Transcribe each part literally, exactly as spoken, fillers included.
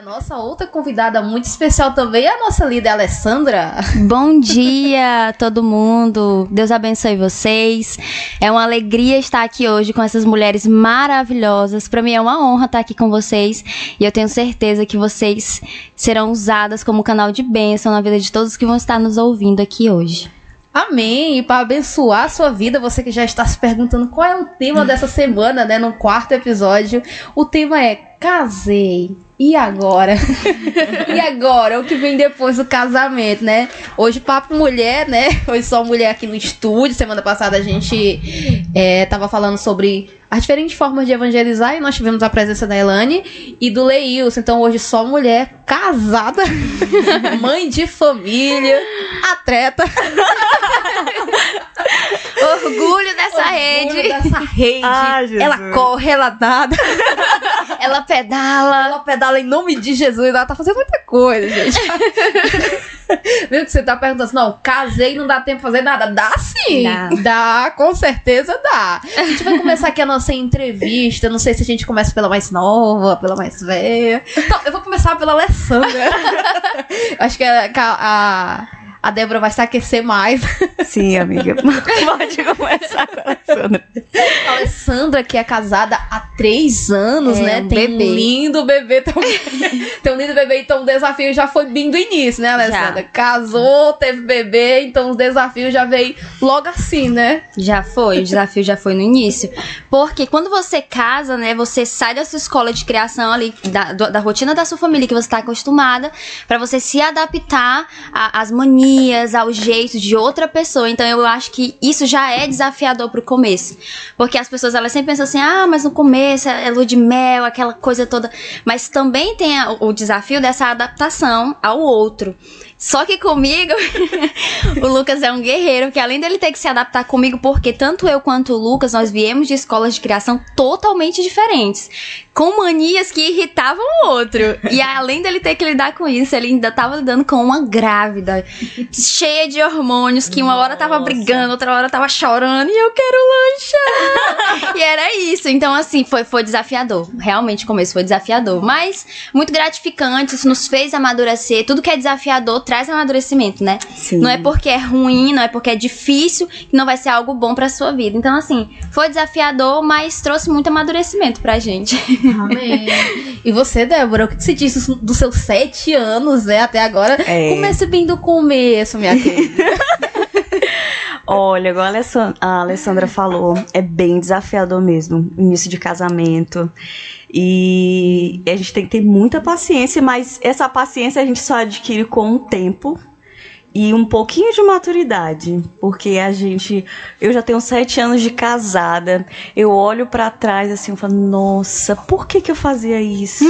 a nossa outra convidada muito especial também é a nossa líder Alessandra. Bom dia, todo mundo. Deus abençoe vocês. É uma alegria estar aqui hoje com essas mulheres maravilhosas. Para mim é uma honra estar aqui com vocês e eu tenho certeza que vocês serão usadas como canal de bênção na vida de todos que vão estar nos ouvindo aqui hoje. Amém! E para abençoar a sua vida, você que já está se perguntando qual é o tema dessa semana, né? No quarto episódio, o tema é Casei. E agora? E agora? O que vem depois do casamento, né? Hoje papo mulher, né? Hoje só mulher aqui no estúdio. Semana passada a gente é, tava falando sobre as diferentes formas de evangelizar e nós tivemos a presença da Elane e do Leilson. Então hoje só mulher casada, mãe de família, atleta. Orgulho dessa Orgulho rede. dessa rede. Ah, ela corre, ela nada. Ela pedala. Ela pedala em nome de Jesus. Ela tá fazendo muita coisa, gente. Viu que você tá perguntando assim, não, casei e não dá tempo de fazer nada. Dá sim. Dá. Dá, com certeza dá. A gente vai começar aqui a nossa entrevista. Não sei se a gente começa pela mais nova, pela mais velha. Então, eu vou começar pela Alessandra. Acho que a... a A Débora vai se aquecer mais. Sim, amiga. Pode começar com a Alessandra. A Alessandra, que é casada há três anos, é, né? Um Tem bebê. um lindo bebê também. Tem um lindo bebê, então o desafio já foi bem do início, né, Alessandra? Já. Casou, teve bebê, então os desafios já veio logo assim, né? Já foi, o desafio já foi no início. Porque quando você casa, né, você sai da sua escola de criação ali, da, da rotina da sua família que você está acostumada, pra você se adaptar às manias, ao jeito de outra pessoa. Então eu acho que isso já é desafiador pro começo, porque as pessoas elas sempre pensam assim, ah, mas no começo é lua de mel, aquela coisa toda, mas também tem a, o desafio dessa adaptação ao outro. Só que comigo, o Lucas é um guerreiro, porque além dele ter que se adaptar comigo, porque tanto eu quanto o Lucas, nós viemos de escolas de criação totalmente diferentes, com manias que irritavam o outro. E além dele ter que lidar com isso, ele ainda tava lidando com uma grávida, cheia de hormônios, que uma hora tava brigando, outra hora tava chorando, e eu quero lanchar. E era isso. Então, assim, foi, foi desafiador. Realmente, o começo foi desafiador, mas muito gratificante, isso nos fez amadurecer. Tudo que é desafiador traz amadurecimento, né? Sim. Não é porque é ruim, não é porque é difícil que não vai ser algo bom pra sua vida. Então, assim, foi desafiador, mas trouxe muito amadurecimento pra gente. Amém. E você, Débora, o que você disse dos seus sete anos, né, até agora? É. Comece bem do começo, minha querida. Olha, igual a Alessandra, a Alessandra falou, é bem desafiador mesmo, início de casamento. E a gente tem que ter muita paciência, mas essa paciência a gente só adquire com o tempo e um pouquinho de maturidade, porque a gente, eu já tenho sete anos de casada, eu olho pra trás assim, eu falo, nossa, por que que eu fazia isso?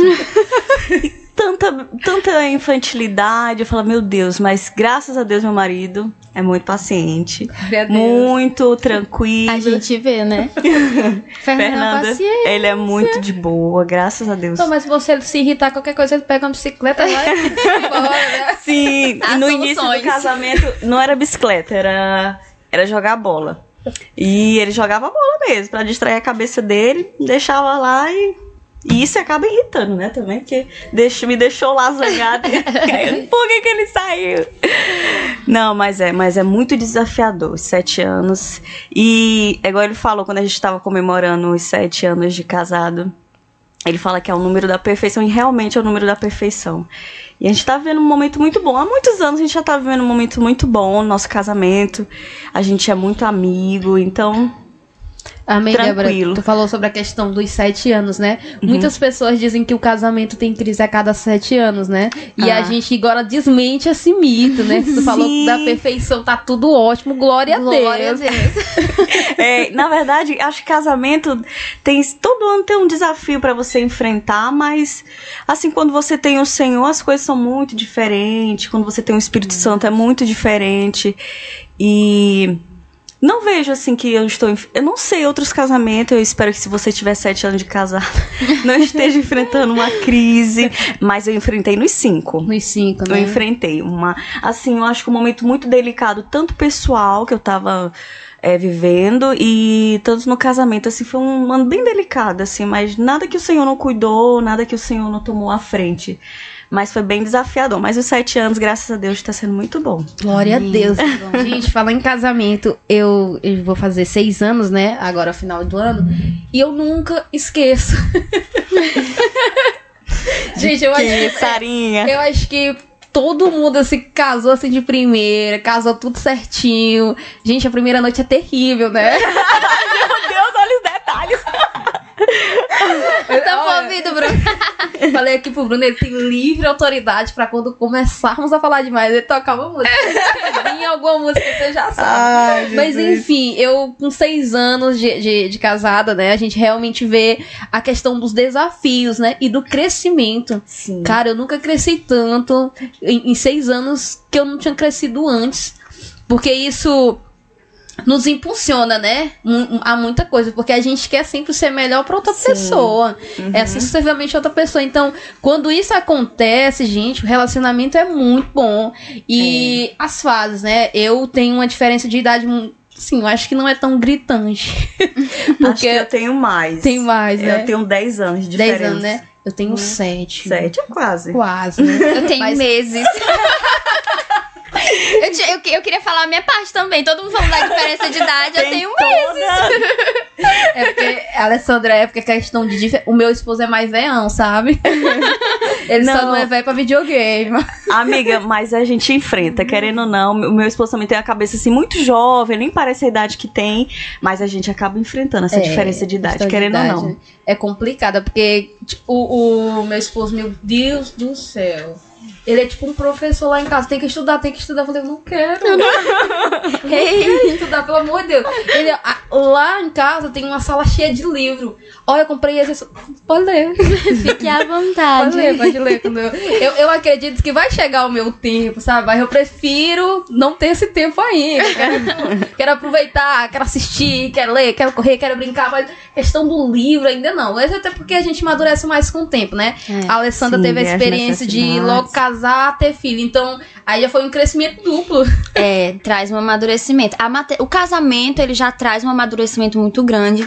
Tanta, tanta infantilidade, eu falo, meu Deus, mas graças a Deus meu marido é muito paciente, muito tranquilo. A gente vê, né? Fernanda, paciência. ele é muito de boa, graças a Deus. Então, mas se você se irritar qualquer coisa, ele pega uma bicicleta lá e embora, né? Sim, Há e no soluções. início do casamento não era bicicleta, era, era jogar bola. E ele jogava bola mesmo, pra distrair a cabeça dele, deixava lá e... E isso acaba irritando, né, também, porque deixa, me deixou lá zangada. Por que que ele saiu? Não, mas é, mas é muito desafiador, sete anos. E, igual ele falou, quando a gente estava comemorando os sete anos de casado, ele fala que é o número da perfeição, e realmente é o número da perfeição. E a gente tá vivendo um momento muito bom. Há muitos anos a gente já tá vivendo um momento muito bom, nosso casamento. A gente é muito amigo, então... Amém, Débora. Tranquilo. Tu falou sobre a questão dos sete anos, né? Uhum. Muitas pessoas dizem que o casamento tem crise a cada sete anos, né? E Ah. a gente agora desmente esse mito, né? Tu falou Sim. da perfeição, tá tudo ótimo, glória, Glória a Deus. a Deus. É, na verdade, acho que casamento tem, todo ano tem um desafio pra você enfrentar, mas assim, quando você tem o Senhor, as coisas são muito diferentes. Quando você tem o Espírito Santo, é muito diferente. E não vejo assim que eu estou... Enf... Eu não sei outros casamentos, eu espero que se você tiver sete anos de casado, não esteja enfrentando uma crise, mas eu enfrentei nos cinco. Nos cinco, Eu né? enfrentei uma... Assim, eu acho que um momento muito delicado, tanto pessoal, que eu tava é, vivendo, e todos no casamento, assim, foi um ano bem delicado, assim, mas nada que o Senhor não cuidou, nada que o Senhor não tomou à frente. Mas foi bem desafiador. Mas os sete anos, graças a Deus, tá sendo muito bom. Glória Amém. a Deus. Gente, falar em casamento, eu, eu vou fazer seis anos, né? Agora, final do ano. E eu nunca esqueço. Gente, eu acho que... Sarinha. Eu acho que todo mundo assim, casou assim de primeira, casou tudo certinho. Gente, a primeira noite é terrível, né? Meu Deus, olha os detalhes. Eu tô ouvindo, Bruno. Falei aqui pro Bruno, ele tem livre autoridade pra quando começarmos a falar demais, ele tocar uma música. Em alguma música, você já sabe. Ai, Mas enfim, eu com seis anos de, de, de casada, né, a gente realmente vê a questão dos desafios, né, e do crescimento. Sim. Cara, eu nunca cresci tanto em, em seis anos que eu não tinha crescido antes. Porque isso nos impulsiona, né? A muita coisa. Porque a gente quer sempre ser melhor pra outra Sim. pessoa. Uhum. É sucessivamente outra pessoa. Então, quando isso acontece, gente, o relacionamento é muito bom. E é. as fases, né? Eu tenho uma diferença de idade. Sim, eu acho que não é tão gritante. Porque acho que eu tenho mais. Tem mais, né? Eu tenho dez anos de diferença. dez anos, né? Eu tenho hum. sete. Sete é quase. Quase, né? Eu tenho Mas... meses. Eu, te, eu, eu queria falar a minha parte também. Todo mundo falando da diferença de idade, Tem eu tenho toda... meses. É porque, Alessandra, é porque a questão de dif... o meu esposo é mais velhão, sabe? Ele não. só não é velho pra videogame. Amiga, mas a gente enfrenta, querendo ou não. O meu esposo também tem a cabeça assim muito jovem, nem parece a idade que tem, mas a gente acaba enfrentando essa é, diferença de idade, querendo de idade, ou não. É complicada, porque tipo, o, o meu esposo, meu Deus do céu. Ele é tipo um professor lá em casa. Tem que estudar, tem que estudar. Eu falei, não quero. Eu não quero estudar, pelo amor de Deus. Ele, a, lá em casa tem uma sala cheia de livro. Olha, eu comprei esse. Pode ler. Fique à vontade. Pode ler, pode ler. Quando eu, eu, eu acredito que vai chegar o meu tempo, sabe? Mas eu prefiro não ter esse tempo ainda. Quero, quero aproveitar, quero assistir, quero ler, quero correr, quero brincar. Mas questão do livro ainda não. Mas até porque a gente amadurece mais com o tempo, né? É, a Alessandra sim, teve a experiência de logo casar, ter filho. Então, aí já foi um crescimento duplo. É, traz um amadurecimento. A mate... O casamento, ele já traz um amadurecimento muito grande.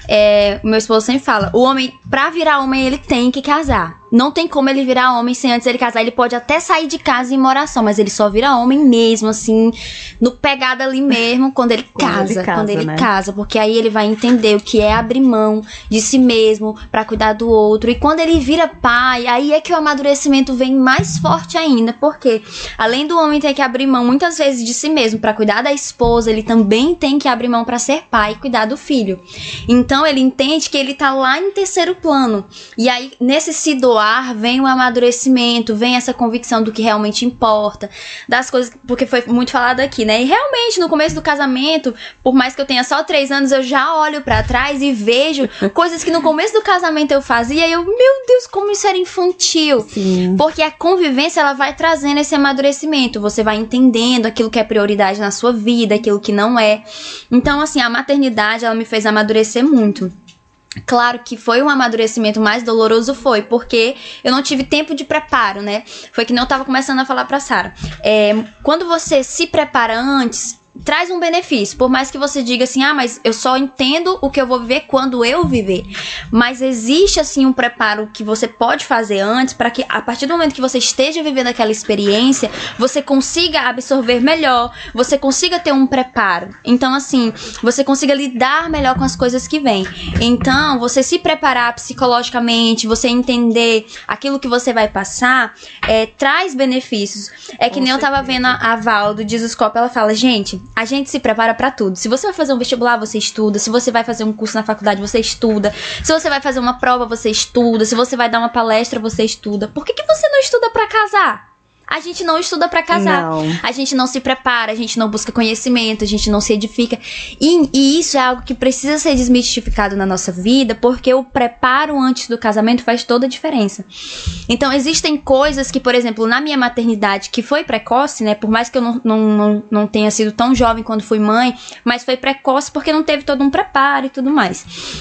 É, o meu esposo sempre fala, o homem, pra virar homem, ele tem que casar. Não tem como ele virar homem sem antes ele casar. Ele pode até sair de casa e ir em oração, mas ele só vira homem mesmo, assim, no pegado ali mesmo, quando ele quando casa. Ele casa quando ele né? casa, porque aí ele vai entender o que é abrir mão de si mesmo pra cuidar do outro. E quando ele vira pai, aí é que o amadurecimento vem mais forte ainda, porque além do homem ter que abrir mão muitas vezes de si mesmo pra cuidar da esposa, ele também tem que abrir mão pra ser pai e cuidar do filho. Então ele entende que ele tá lá em terceiro plano. E aí, nesse se doar, vem o amadurecimento, vem essa convicção do que realmente importa, das coisas, porque foi muito falado aqui, né? E realmente, no começo do casamento, por mais que eu tenha só três anos, eu já olho pra trás e vejo coisas que no começo do casamento eu fazia e eu, meu Deus, como isso era infantil. Sim. Porque a convivência, ela vai trazendo esse amadurecimento, você vai entendendo aquilo que é prioridade na sua vida, aquilo que não é. Então, assim, a maternidade, ela me fez amadurecer muito. Claro que foi um amadurecimento mais doloroso, foi, porque eu não tive tempo de preparo, né? Foi que nem eu tava começando a falar pra Sara. É, quando você se prepara antes, traz um benefício, por mais que você diga assim, ah, mas eu só entendo o que eu vou viver quando eu viver, mas existe assim um preparo que você pode fazer antes, para que a partir do momento que você esteja vivendo aquela experiência, você consiga absorver melhor, você consiga ter um preparo, então assim, você consiga lidar melhor com as coisas que vêm. Então, você se preparar psicologicamente, você entender aquilo que você vai passar, é, traz benefícios. É que com nem certeza. Eu tava vendo a, a Val do Dizoscope, ela fala, gente, a gente se prepara pra tudo. Se você vai fazer um vestibular, você estuda. Se você vai fazer um curso na faculdade, você estuda. Se você vai fazer uma prova, você estuda. Se você vai dar uma palestra, você estuda. Por que que você não estuda pra casar? A gente não estuda pra casar. Não. A gente não se prepara, a gente não busca conhecimento, a gente não se edifica. E, e isso é algo que precisa ser desmistificado na nossa vida, porque o preparo antes do casamento faz toda a diferença. Então, existem coisas que, por exemplo, na minha maternidade, que foi precoce, né? Por mais que eu não, não, não, não tenha sido tão jovem quando fui mãe, mas foi precoce porque não teve todo um preparo e tudo mais.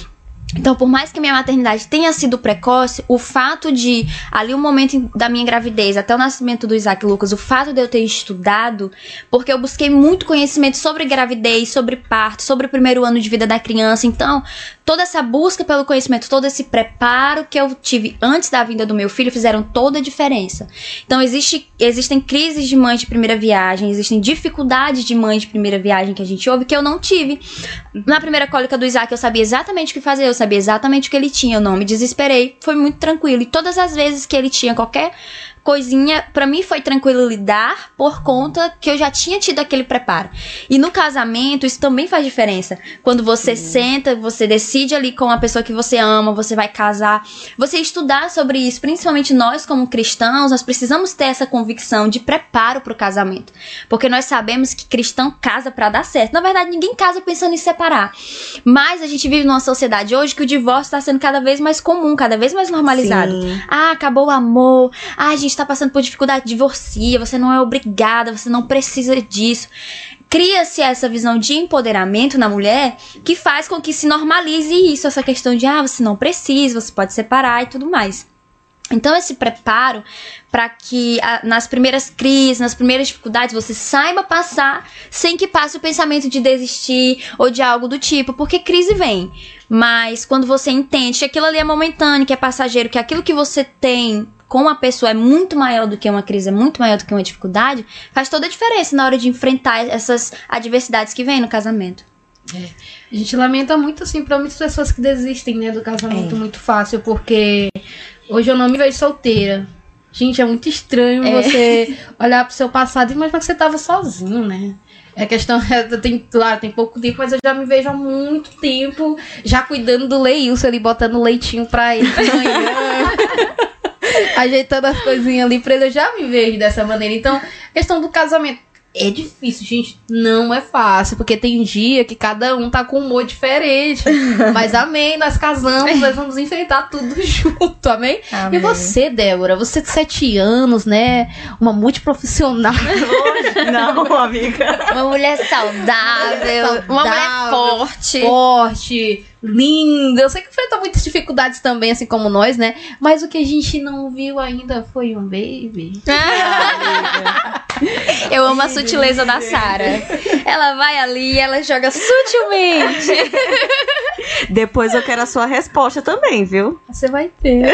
Então, por mais que minha maternidade tenha sido precoce, o fato de, ali o momento da minha gravidez, até o nascimento do Isaac e Lucas, o fato de eu ter estudado, porque eu busquei muito conhecimento sobre gravidez, sobre parto, sobre o primeiro ano de vida da criança. Então, toda essa busca pelo conhecimento, todo esse preparo que eu tive antes da vinda do meu filho fizeram toda a diferença. Então, existe, existem crises de mãe de primeira viagem, existem dificuldades de mãe de primeira viagem que a gente ouve, que eu não tive. Na primeira cólica do Isaac, eu sabia exatamente o que fazer, eu sabia exatamente o que ele tinha, eu não me desesperei, foi muito tranquilo. E todas as vezes que ele tinha qualquer coisinha, pra mim foi tranquilo lidar por conta que eu já tinha tido aquele preparo. E no casamento, isso também faz diferença. Quando você Sim. senta, você decide ali com a pessoa que você ama, você vai casar, você estudar sobre isso, principalmente nós como cristãos, nós precisamos ter essa convicção de preparo pro casamento. Porque nós sabemos que cristão casa pra dar certo. Na verdade, ninguém casa pensando em separar. Mas a gente vive numa sociedade hoje que o divórcio tá sendo cada vez mais comum, cada vez mais normalizado. Sim. Ah, acabou o amor. Ah, a gente tá passando por dificuldade, divorcia, você não é obrigada, você não precisa disso. Cria-se essa visão de empoderamento na mulher que faz com que se normalize isso, essa questão de, ah, você não precisa, você pode separar e tudo mais. Então, esse preparo para que a, nas primeiras crises, nas primeiras dificuldades, você saiba passar sem que passe o pensamento de desistir ou de algo do tipo, porque crise vem. Mas quando você entende que aquilo ali é momentâneo, que é passageiro, que aquilo que você tem com a pessoa é muito maior do que uma crise, é muito maior do que uma dificuldade, faz toda a diferença na hora de enfrentar essas adversidades que vêm no casamento. É. A gente lamenta muito, assim, para muitas pessoas que desistem, né, do casamento é. muito fácil, porque hoje eu não me vejo solteira. Gente, é muito estranho é. você olhar pro seu passado e imaginar que você tava sozinho, né? É questão, tem, claro, tem pouco tempo, mas eu já me vejo há muito tempo já cuidando do Leilson ali, botando leitinho pra ele de manhã. Ajeitando as coisinhas ali pra ele, eu já me vejo dessa maneira. Então, questão do casamento é difícil, gente, não é fácil, porque tem dia que cada um tá com um humor diferente, mas amém, nós casamos, nós vamos enfrentar tudo junto, amém? Amém. E você, Débora, você de sete anos, né, uma multiprofissional. Não, amiga. Uma mulher saudável, saudável uma mulher forte. Forte. Linda, eu sei que enfrenta muitas dificuldades também, assim como nós, né? Mas o que a gente não viu ainda foi um baby. Ah, eu amo a sutileza da Sara. Ela vai ali e ela joga sutilmente. Depois eu quero a sua resposta também, viu? Você vai ter.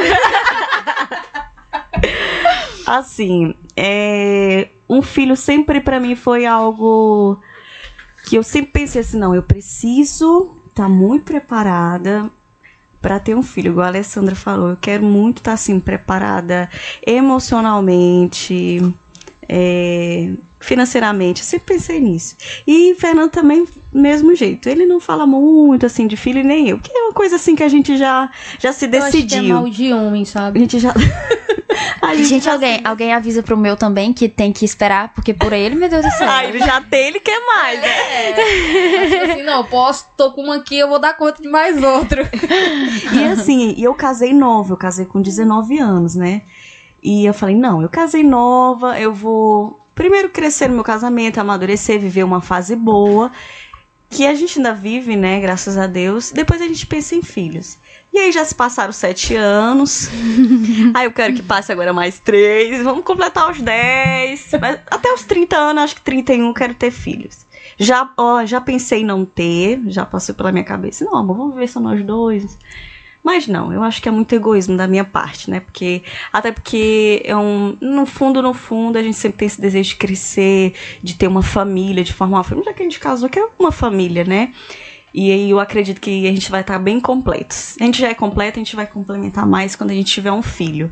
Assim, é... um filho sempre pra mim foi algo que eu sempre pensei assim, não, eu preciso tá muito preparada para ter um filho, igual a Alessandra falou. Eu quero muito estar tá, assim, preparada emocionalmente, é, financeiramente. Eu sempre pensei nisso. E Fernando também, mesmo jeito. Ele não fala muito, assim, de filho, nem eu. Que é uma coisa, assim, que a gente já, já se decidiu. Eu acho que é mal de homem, sabe? A gente já... A gente, gente alguém, assim... alguém avisa pro meu também que tem que esperar, porque por ele, meu Deus do céu. Ah, ele já tem, ele quer mais, né? É. Assim, não, posso, tô com uma aqui, eu vou dar conta de mais outro. E assim, eu casei nova, eu casei com dezenove anos, né? E eu falei, não, eu casei nova, eu vou primeiro crescer no meu casamento, amadurecer, viver uma fase boa, que a gente ainda vive, né, graças a Deus. Depois a gente pensa em filhos. E aí já se passaram sete anos. Aí eu quero que passe agora mais três. Vamos completar os dez. Mas até os trinta anos, acho que trinta e um, eu quero ter filhos. Já, ó, já pensei em não ter. Já passou pela minha cabeça. Não, amor, vamos viver só nós dois. Mas não, eu acho que é muito egoísmo da minha parte, né? Porque, até porque é um, no fundo, no fundo, a gente sempre tem esse desejo de crescer, de ter uma família, de formar uma família. Já que a gente casou, que é uma família, né? E aí eu acredito que a gente vai estar bem completos. A gente já é completo, a gente vai complementar mais quando a gente tiver um filho.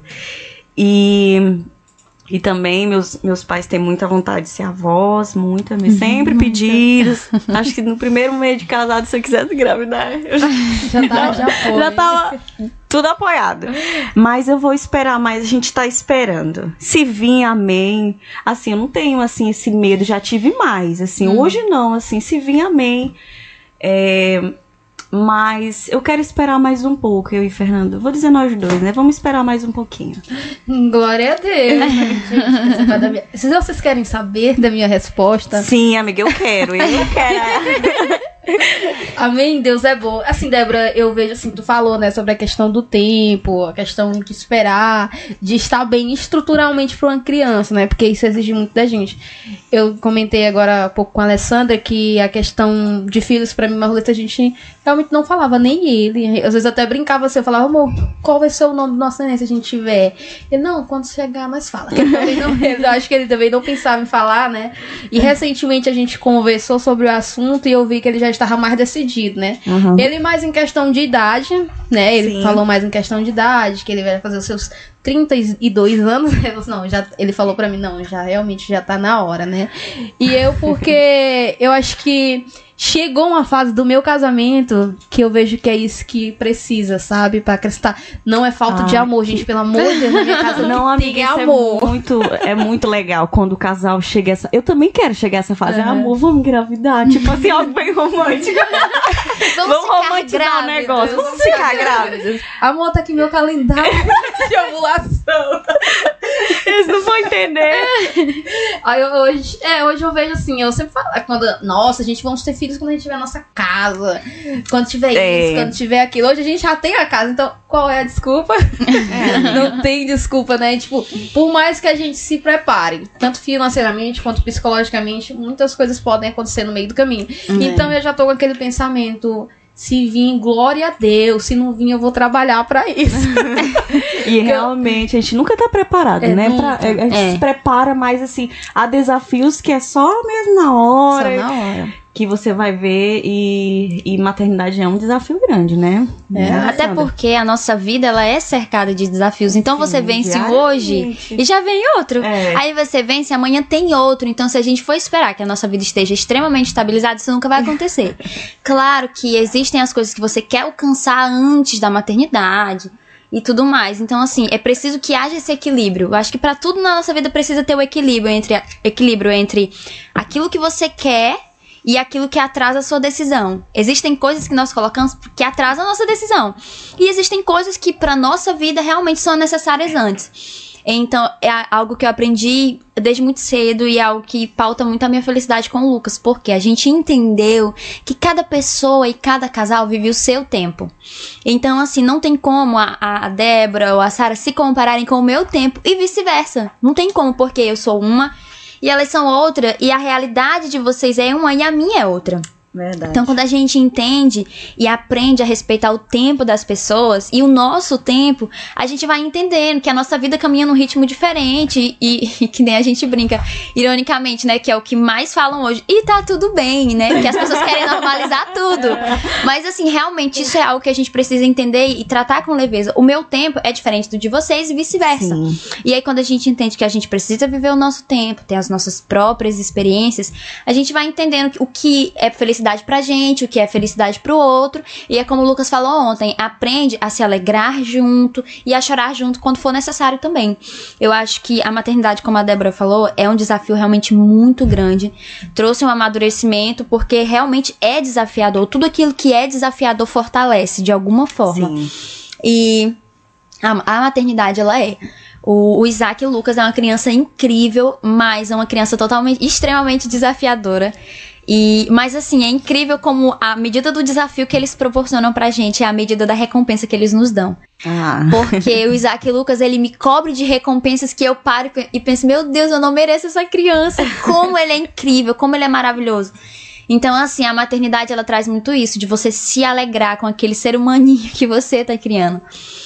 E, e também meus, meus pais têm muita vontade de ser avós, muita, me sempre pediram. Acho que no primeiro mês de casado, se eu quisesse engravidar, eu já, já, tá, já, foi. já tava tudo apoiado. Mas eu vou esperar mais, a gente tá esperando. Se vir, amém. Assim, eu não tenho assim esse medo, já tive mais. Assim, hum. Hoje não, assim, se vir, amém. É, mas eu quero esperar mais um pouco, eu e Fernando. Vou dizer nós dois, né? Vamos esperar mais um pouquinho. Glória a Deus. Gente, se vocês querem saber da minha resposta... Sim, amiga, eu quero. Eu quero. Amém, Deus é bom. Assim, Débora, eu vejo assim, tu falou, né, sobre a questão do tempo, a questão de esperar, de estar bem estruturalmente para uma criança, né, porque isso exige muito da gente. Eu comentei agora há pouco com a Alessandra que a questão de filhos, pra mim, Marleta, a gente realmente não falava, nem ele. Às vezes até brincava assim, eu falava, amor, qual vai ser o nome do nosso neném se a gente tiver? Ele, não, quando chegar, nós fala. Que ele também não, eu acho que ele também não pensava em falar, né? E recentemente a gente conversou sobre o assunto e eu vi que ele já estava mais decidido, né? Uhum. Ele mais em questão de idade, né? Ele Sim. falou mais em questão de idade, que ele vai fazer os seus trinta e dois anos. Não, já, ele falou pra mim, não, já realmente já tá na hora, né? E eu, porque eu acho que chegou uma fase do meu casamento que eu vejo que é isso que precisa, sabe? Pra acrescentar. Não é falta ah, de amor, gente, pelo amor de Deus, na minha casa não, amiga, tem amor. É muito, é muito legal quando o casal chega a essa... Eu também quero chegar a essa fase. Uhum. Amor, vamos engravidar. Tipo assim, algo bem romântico. Vamos, vamos romantizar o negócio. Vamos, vamos ficar grávidos. Amor, tá aqui meu calendário de ovulação. Eles não vão entender. Aí eu, hoje, é, hoje eu vejo assim, eu sempre falo, quando, nossa, gente, vamos ter filhos quando a gente tiver a nossa casa, quando tiver é. isso, quando tiver aquilo. Hoje a gente já tem a casa, então qual é a desculpa? É. Não tem desculpa, né? Tipo, por mais que a gente se prepare, tanto financeiramente quanto psicologicamente, muitas coisas podem acontecer no meio do caminho. É. Então eu já tô com aquele pensamento... Se vir, glória a Deus. Se não vir, eu vou trabalhar pra isso. E realmente, a gente nunca tá preparado, é, né? Pra, a gente é. se prepara, mas assim, há desafios que é só mesmo na hora. Só na hora. Que você vai ver e, e maternidade é um desafio grande, né? É. Até porque a nossa vida, ela é cercada de desafios. Então, Sim, você vence hoje e já vem outro. É. Aí você vence, amanhã tem outro. Então, se a gente for esperar que a nossa vida esteja extremamente estabilizada, isso nunca vai acontecer. Claro que existem as coisas que você quer alcançar antes da maternidade e tudo mais. Então, assim, é preciso que haja esse equilíbrio. Eu acho que pra tudo na nossa vida precisa ter o equilíbrio entre, equilíbrio entre aquilo que você quer e aquilo que atrasa a sua decisão. Existem coisas que nós colocamos que atrasam a nossa decisão. E existem coisas que pra nossa vida realmente são necessárias antes. Então, é algo que eu aprendi desde muito cedo e é algo que pauta muito a minha felicidade com o Lucas. Porque a gente entendeu que cada pessoa e cada casal vive o seu tempo. Então, assim, não tem como a, a Débora ou a Sara se compararem com o meu tempo e vice-versa. Não tem como, porque eu sou uma e elas são outra, e a realidade de vocês é uma e a minha é outra. Verdade. Então, quando a gente entende e aprende a respeitar o tempo das pessoas e o nosso tempo, a gente vai entendendo que a nossa vida caminha num ritmo diferente e, e que nem a gente brinca, ironicamente, né, que é o que mais falam hoje. E tá tudo bem, né, que as pessoas querem normalizar tudo. Mas, assim, realmente isso é algo que a gente precisa entender e tratar com leveza. O meu tempo é diferente do de vocês e vice-versa. E aí, quando a gente entende que a gente precisa viver o nosso tempo, ter as nossas próprias experiências, a gente vai entendendo o que é felicidade pra gente, o que é felicidade pro outro. E é como o Lucas falou ontem, aprende a se alegrar junto e a chorar junto quando for necessário também. Eu acho que a maternidade, como a Débora falou, é um desafio realmente muito grande. Trouxe um amadurecimento porque realmente é desafiador. Tudo aquilo que é desafiador fortalece de alguma forma. Sim. E a, a maternidade, ela é... O, o Isaac e o Lucas é uma criança incrível, mas é uma criança totalmente, extremamente desafiadora. E, mas assim, é incrível como a medida do desafio que eles proporcionam pra gente é a medida da recompensa que eles nos dão. Ah. Porque o Isaac e o Lucas, ele me cobre de recompensas que eu paro e penso, meu Deus, eu não mereço essa criança. Como ele é incrível, como ele é maravilhoso. Então, assim, a maternidade, ela traz muito isso, de você se alegrar com aquele ser humaninho que você tá criando.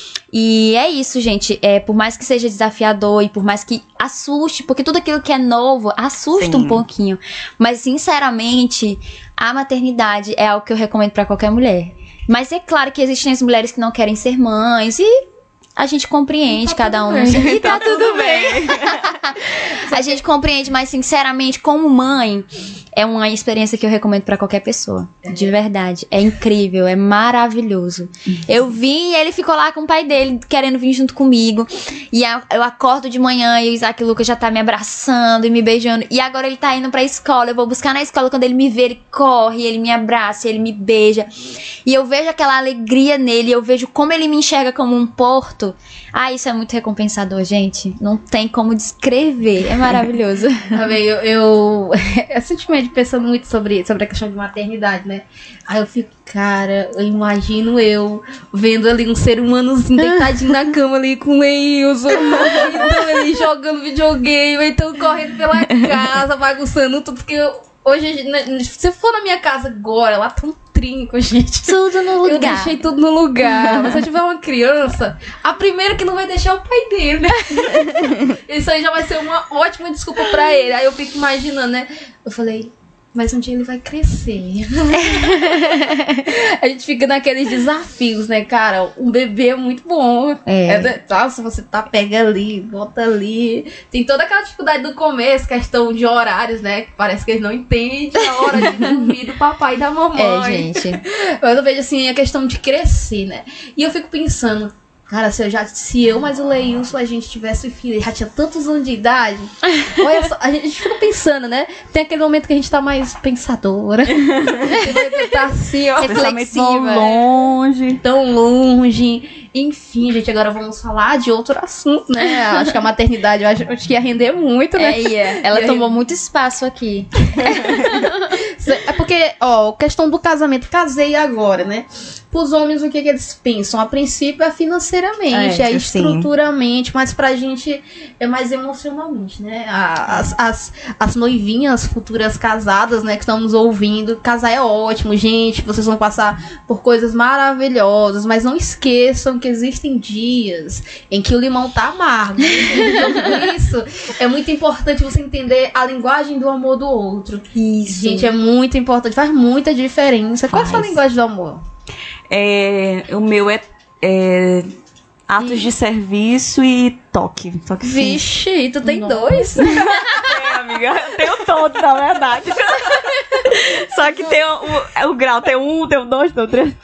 E é isso, gente, é, por mais que seja desafiador e por mais que assuste, porque tudo aquilo que é novo assusta Sim. um pouquinho, mas sinceramente, a maternidade é algo que eu recomendo pra qualquer mulher. Mas é claro que existem as mulheres que não querem ser mães e a gente compreende tá cada um. Bem. E tá, tá tudo bem. A gente compreende, mas sinceramente, como mãe, é uma experiência que eu recomendo pra qualquer pessoa. De verdade. É incrível, é maravilhoso. Eu vim e ele ficou lá com o pai dele, querendo vir junto comigo. E eu acordo de manhã e o Isaac e o Lucas já tá me abraçando e me beijando. E agora ele tá indo pra escola. Eu vou buscar na escola. Quando ele me vê, ele corre, ele me abraça, ele me beija. E eu vejo aquela alegria nele. Eu vejo como ele me enxerga como um porto. gosto. Ah, isso é muito recompensador, gente. Não tem como descrever. É maravilhoso. Tá bem, eu, eu recentemente pensando muito sobre, sobre a questão de maternidade, né? Aí eu fico, cara, eu imagino eu vendo ali um ser humanozinho deitadinho na cama ali com o Leilson, então ele jogando videogame, ou então correndo pela casa, bagunçando tudo, porque eu, hoje, se for na minha casa agora, lá tá um trinco, gente. Tudo no lugar. Eu deixei tudo no lugar. Mas se eu tiver uma criança, a primeira que não vai deixar é o pai dele, né? Isso aí já vai ser uma ótima desculpa pra ele. Aí eu fico imaginando, né? Eu falei, mas um dia ele vai crescer. A gente fica naqueles desafios, né, cara? Um bebê é muito bom. É. É, nossa, você tá, pega ali, bota ali. Tem toda aquela dificuldade do começo, questão de horários, né? Que parece que eles não entendem a hora de dormir do papai e da mamãe. É, gente. Mas eu vejo assim, a questão de crescer, né? E eu fico pensando, cara, se eu, já, se eu mais o Leilson, a gente tivesse filho, já tinha tantos anos de idade. Olha só, a gente, a gente fica pensando, né? Tem aquele momento que a gente tá mais pensadora. Tá assim, ó. Pensamento tão longe. Tão longe. Enfim, gente, agora vamos falar de outro assunto, né? Acho que a maternidade, eu acho, acho que ia render muito, né? É, ia. Ela E tomou aí? muito espaço aqui. É porque, ó, questão do casamento, casei agora, né? Pros homens, o que, que eles pensam? A princípio é financeiramente, É, é, sim. estruturalmente, mas pra gente é mais emocionalmente, né? A- As, as, as noivinhas, futuras casadas, né, que estamos ouvindo, casar é ótimo, gente, vocês vão passar por coisas maravilhosas, mas não esqueçam que existem dias em que o limão tá amargo. Então, por isso, é muito importante você entender a linguagem do amor do outro. Isso. Gente, é muito importante, faz muita diferença. Qual é a sua Faz. linguagem do amor? É, o meu é, é atos de serviço e toque. Toque físico. Vixe, tu tem Nossa. dois? É, amiga, eu tenho todos, na verdade. Só que tem o, o, o grau, tem um, tem dois, tem três.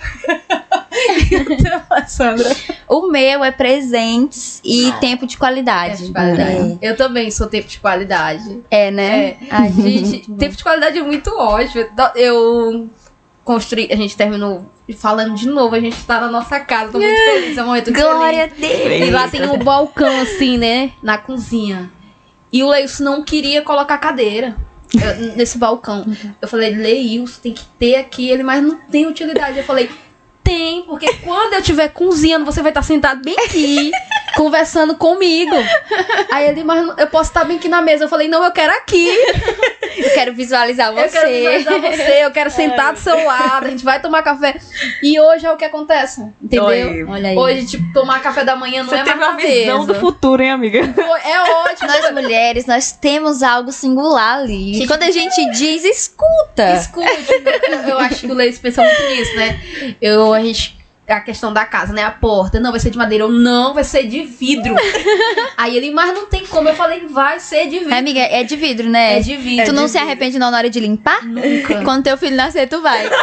Sandra. O meu é presentes e tempo de qualidade. Eu também sou tempo de qualidade. É, é né? É. Ai, gente, tempo de qualidade é muito ótimo. Eu construí, a gente terminou falando de novo, a gente tá na nossa casa, tô muito feliz, é um momento muito Glória a feliz. Deus. E lá tem um balcão assim, né, na cozinha. E o Leilson não queria colocar cadeira eu- nesse balcão. Eu falei, Leilson, tem que ter aqui ele, mas não tem utilidade. Eu falei, tem, porque quando eu estiver cozinhando, você vai estar sentado bem aqui, conversando comigo. Aí ele, mas eu posso estar bem aqui na mesa. Eu falei, não, eu quero aqui. Eu quero visualizar você. Eu quero visualizar você, eu quero sentar do seu lado, a gente vai tomar café. E hoje é o que acontece, entendeu? Oi. Olha aí. Hoje, tipo, tomar café da manhã não Você é teve mais uma na visão mesa. do futuro, hein, amiga? É ótimo. Nós mulheres, nós temos algo singular ali. Gente, Quando a gente diz, escuta. Escute, eu, eu acho que o Leis pensa muito nisso, né? Eu, a gente... A questão da casa, né? A porta, não vai ser de madeira ou não, vai ser de vidro. Aí ele, mas não tem como. Eu falei, vai ser de vidro. É, amiga, é de vidro, né? É de vidro. Tu É não de se vidro. arrepende não na hora de limpar? Nunca. Quando teu filho nascer, tu vai. O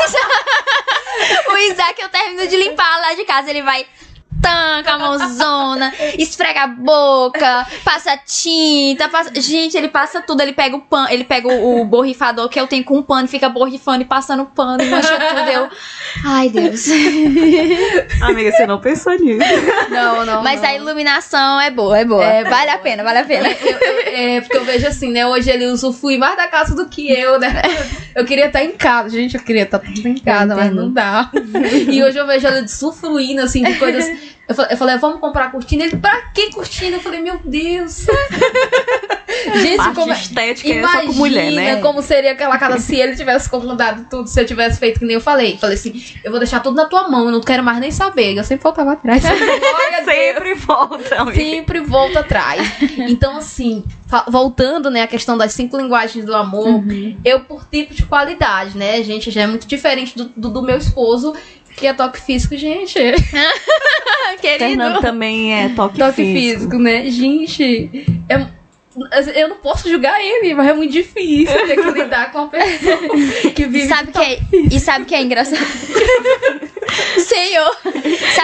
Isaac, o Isaac, eu termino de limpar lá de casa, ele vai... Tanca a mãozona, esfrega a boca, passa tinta, passa... Gente, ele passa tudo, ele pega o pano, ele pega o, o borrifador que eu tenho com um pano, fica borrifando e passando pano e mancha tudo. Eu... Ai, Deus. Amiga, você não pensou nisso. Não, não. Mas não. a iluminação é boa, é boa. É vale boa. a pena, vale a pena. Eu- eu- é, porque eu vejo assim, né? Hoje ele usufrui mais da casa do que eu, né? Eu queria estar em casa. Gente, eu queria estar tudo em casa, Eu mas entendo. não dá. E hoje eu vejo ele usufruindo, assim, de coisas. Eu falei, eu falei, vamos comprar cortina. Ele, pra que cortina? Eu falei, meu Deus. Gente, Parte como é- estética é só imagina com mulher, né? como seria aquela casa se ele tivesse comandado tudo, se eu tivesse feito que nem eu falei. Falei assim, eu vou deixar tudo na tua mão, eu não quero mais nem saber. Eu sempre voltava atrás. Glória a Deus. Sempre volta, amiga. Sempre volta atrás. Então, assim, fa- voltando, né, a questão das cinco linguagens do amor, eu, por tipo de qualidade, né, gente, já é muito diferente do, do, do meu esposo, que é toque físico, gente. Querido. Fernando também é toque, Toque físico. físico, né? Gente, é- eu não posso julgar ele, mas é muito difícil ter que lidar com uma pessoa que E vive sabe de que é, e sabe que é engraçado? Senhor, sabe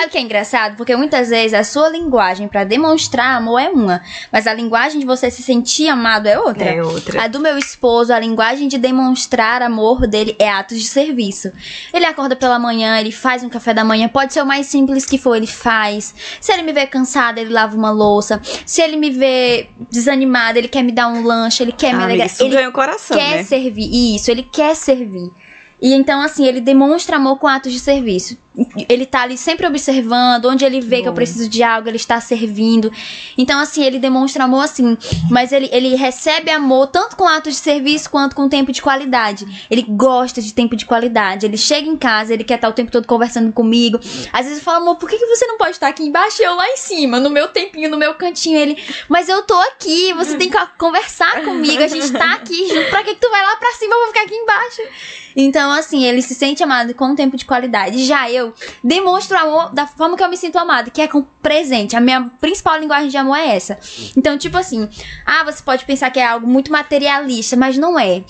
sabe o que é engraçado? Porque muitas vezes a sua linguagem pra demonstrar amor é uma, mas a linguagem de você se sentir amado é outra. É outra. A do meu esposo, a linguagem de demonstrar amor dele é atos de serviço. Ele acorda pela manhã, ele faz um café da manhã, pode ser o mais simples que for, ele faz. Se ele me vê cansada, ele lava uma louça. Se ele me vê desanimada, ele quer me dar um lanche, ele quer Ah, me alegar. isso Ele ganha o coração, quer né? servir. Isso, ele quer servir. E então, assim, ele demonstra amor com atos de serviço. Ele tá ali sempre observando, onde ele vê Bom. que eu preciso de algo, ele está servindo. Então, assim, ele demonstra amor assim. Mas ele, ele recebe amor tanto com atos de serviço quanto com tempo de qualidade. Ele gosta de tempo de qualidade. Ele chega em casa, ele quer estar o tempo todo conversando comigo. Às vezes eu falo, amor, por que que você não pode estar aqui embaixo e eu lá em cima, no meu tempinho, no meu cantinho? Ele, mas eu tô aqui, você tem que conversar comigo, a gente tá aqui junto. Pra que que tu vai lá pra cima, eu vou ficar aqui embaixo? Então, assim, ele se sente amado com tempo de qualidade. Já eu demonstro amor da forma que eu me sinto amada, que é com presente. A minha principal linguagem de amor é essa. Então, tipo assim, ah, você pode pensar que é algo muito materialista, mas não é.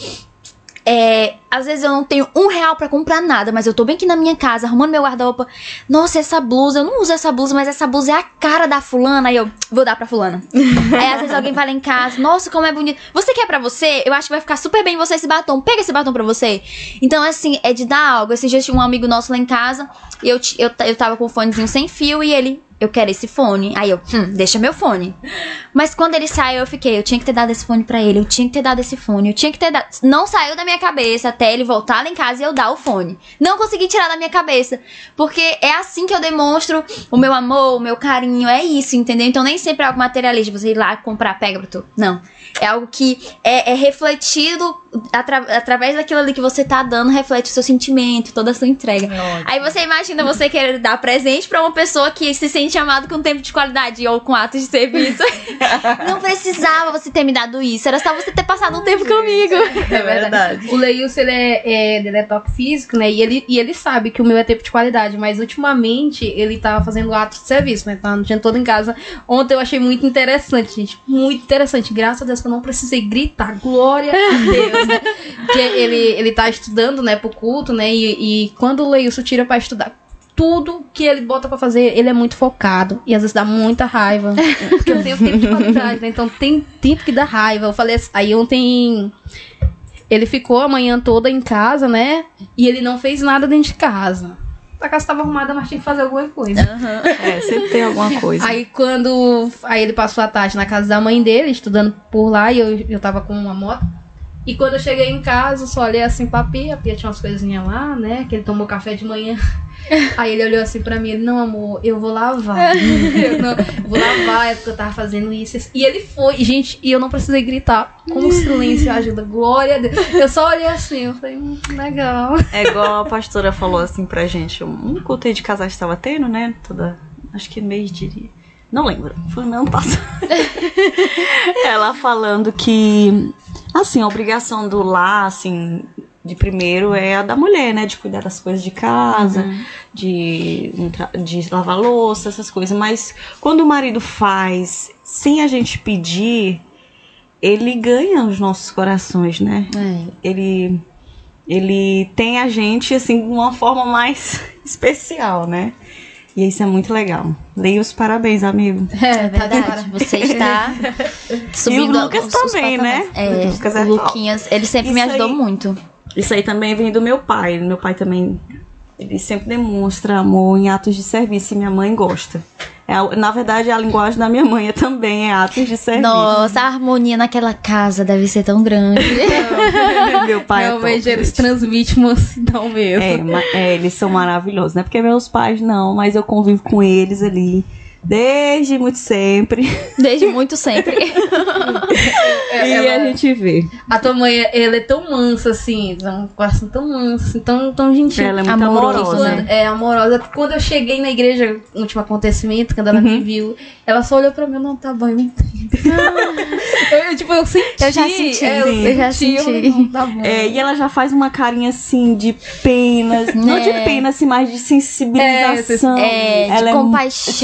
É, às vezes eu não tenho um real pra comprar nada, mas eu tô bem aqui na minha casa, arrumando meu guarda-roupa. Nossa, essa blusa, eu não uso essa blusa, mas essa blusa é a cara da fulana. Aí eu vou dar pra fulana. Aí às vezes alguém vai lá em casa, nossa, como é bonito. Você quer pra você? Eu acho que vai ficar super bem você esse batom. Pega esse batom pra você. Então, assim, é de dar algo. Esse dia tinha um amigo nosso lá em casa, e eu, eu, eu tava com o fonezinho sem fio, e ele... Eu quero esse fone. Aí eu, hum, deixa meu fone. Mas quando ele saiu, eu fiquei, eu tinha que ter dado esse fone pra ele, eu tinha que ter dado esse fone, eu tinha que ter dado... Não saiu da minha cabeça até ele voltar lá em casa e eu dar o fone. Não consegui tirar da minha cabeça. Porque é assim que eu demonstro o meu amor, o meu carinho, é isso, entendeu? Então nem sempre é algo materialista, você ir lá comprar, pega pra tu. Não. É algo que é, é refletido atra através daquilo ali que você tá dando, reflete o seu sentimento, toda a sua entrega. Nossa. Aí você imagina você querer dar presente pra uma pessoa que se sente amado com tempo de qualidade ou com atos de serviço. Não precisava você ter me dado isso, era só você ter passado um tempo comigo. É verdade. O Leilson, ele é, é, ele é toque físico, né? E ele, e ele sabe que o meu é tempo de qualidade, mas ultimamente ele tava fazendo atos de serviço, né? Tá no dia todo em casa. Ontem eu achei muito interessante, gente. Muito interessante. Graças a Deus que eu não precisei gritar. Glória a Deus, né? Que ele, ele tá estudando, né, pro culto, né? E, e quando o Leilson tira pra estudar, tudo que ele bota pra fazer, ele é muito focado. E às vezes dá muita raiva. Porque eu tenho tempo de qualidade, né? Então tem tempo que dá raiva. Eu falei assim, aí ontem ele ficou a manhã toda em casa, né? E ele não fez nada dentro de casa. A casa estava arrumada, mas tinha que fazer alguma coisa. Uhum. É, sempre tem alguma coisa. Aí quando... Aí ele passou a tarde na casa da mãe dele, estudando por lá, e eu, eu tava com uma moto. E quando eu cheguei em casa, eu só olhei assim pra Pia. A Pia tinha umas coisinhas lá, né? Que ele tomou café de manhã. Aí ele olhou assim pra mim, ele, não, amor, eu vou lavar. Eu não, vou lavar, é porque eu tava fazendo isso, isso. E ele foi, e, gente, e eu não precisei gritar. Como o silêncio ajuda, glória a Deus. Eu só olhei assim, eu falei, hum, legal. É igual a pastora falou assim pra gente, um culto aí de casais que estava tendo, né? Toda, acho que mês de... Não lembro, foi no ano passado. Ela falando que, assim, a obrigação do lar, assim... De primeiro é a da mulher, né? De cuidar das coisas de casa, uhum. de, de lavar louça, essas coisas. Mas quando o marido faz sem a gente pedir, ele ganha os nossos corações, né? É. Ele, ele tem a gente, assim, de uma forma mais especial, né? E isso é muito legal. Leia os parabéns, amigo. É verdade. Você está subindo. E o Lucas também, né? É, o Lucas é o Luquinhas, ele sempre isso me ajudou aí, muito. Isso aí também vem do meu pai. Meu pai também, ele sempre demonstra amor em atos de serviço e minha mãe gosta. É, na verdade, a linguagem da minha mãe também é atos de serviço. Nossa, a harmonia naquela casa deve ser tão grande. Meu pai realmente é top, eles gente. transmitem mansidão mesmo. É, é, eles são maravilhosos, não é porque meus pais não, mas eu convivo com eles ali desde muito sempre. Desde muito sempre. É, e ela, a gente vê. A tua mãe, ela é tão mansa, assim, um coração tão manso, assim, tão, tão gentil. Ela é muito amorosa. amorosa. Quando, é amorosa. Quando eu cheguei na igreja, no último acontecimento, quando ela uhum. me viu, ela só olhou pra mim, não, tá bom, eu entendo. eu, tipo, eu senti. Eu já senti. É, eu, eu já senti. Eu falei, não, tá bom. É, e ela já faz uma carinha, assim, de pena. Não de pena, assim, mas de sensibilização. É, ela de é compaixão. De compaixão.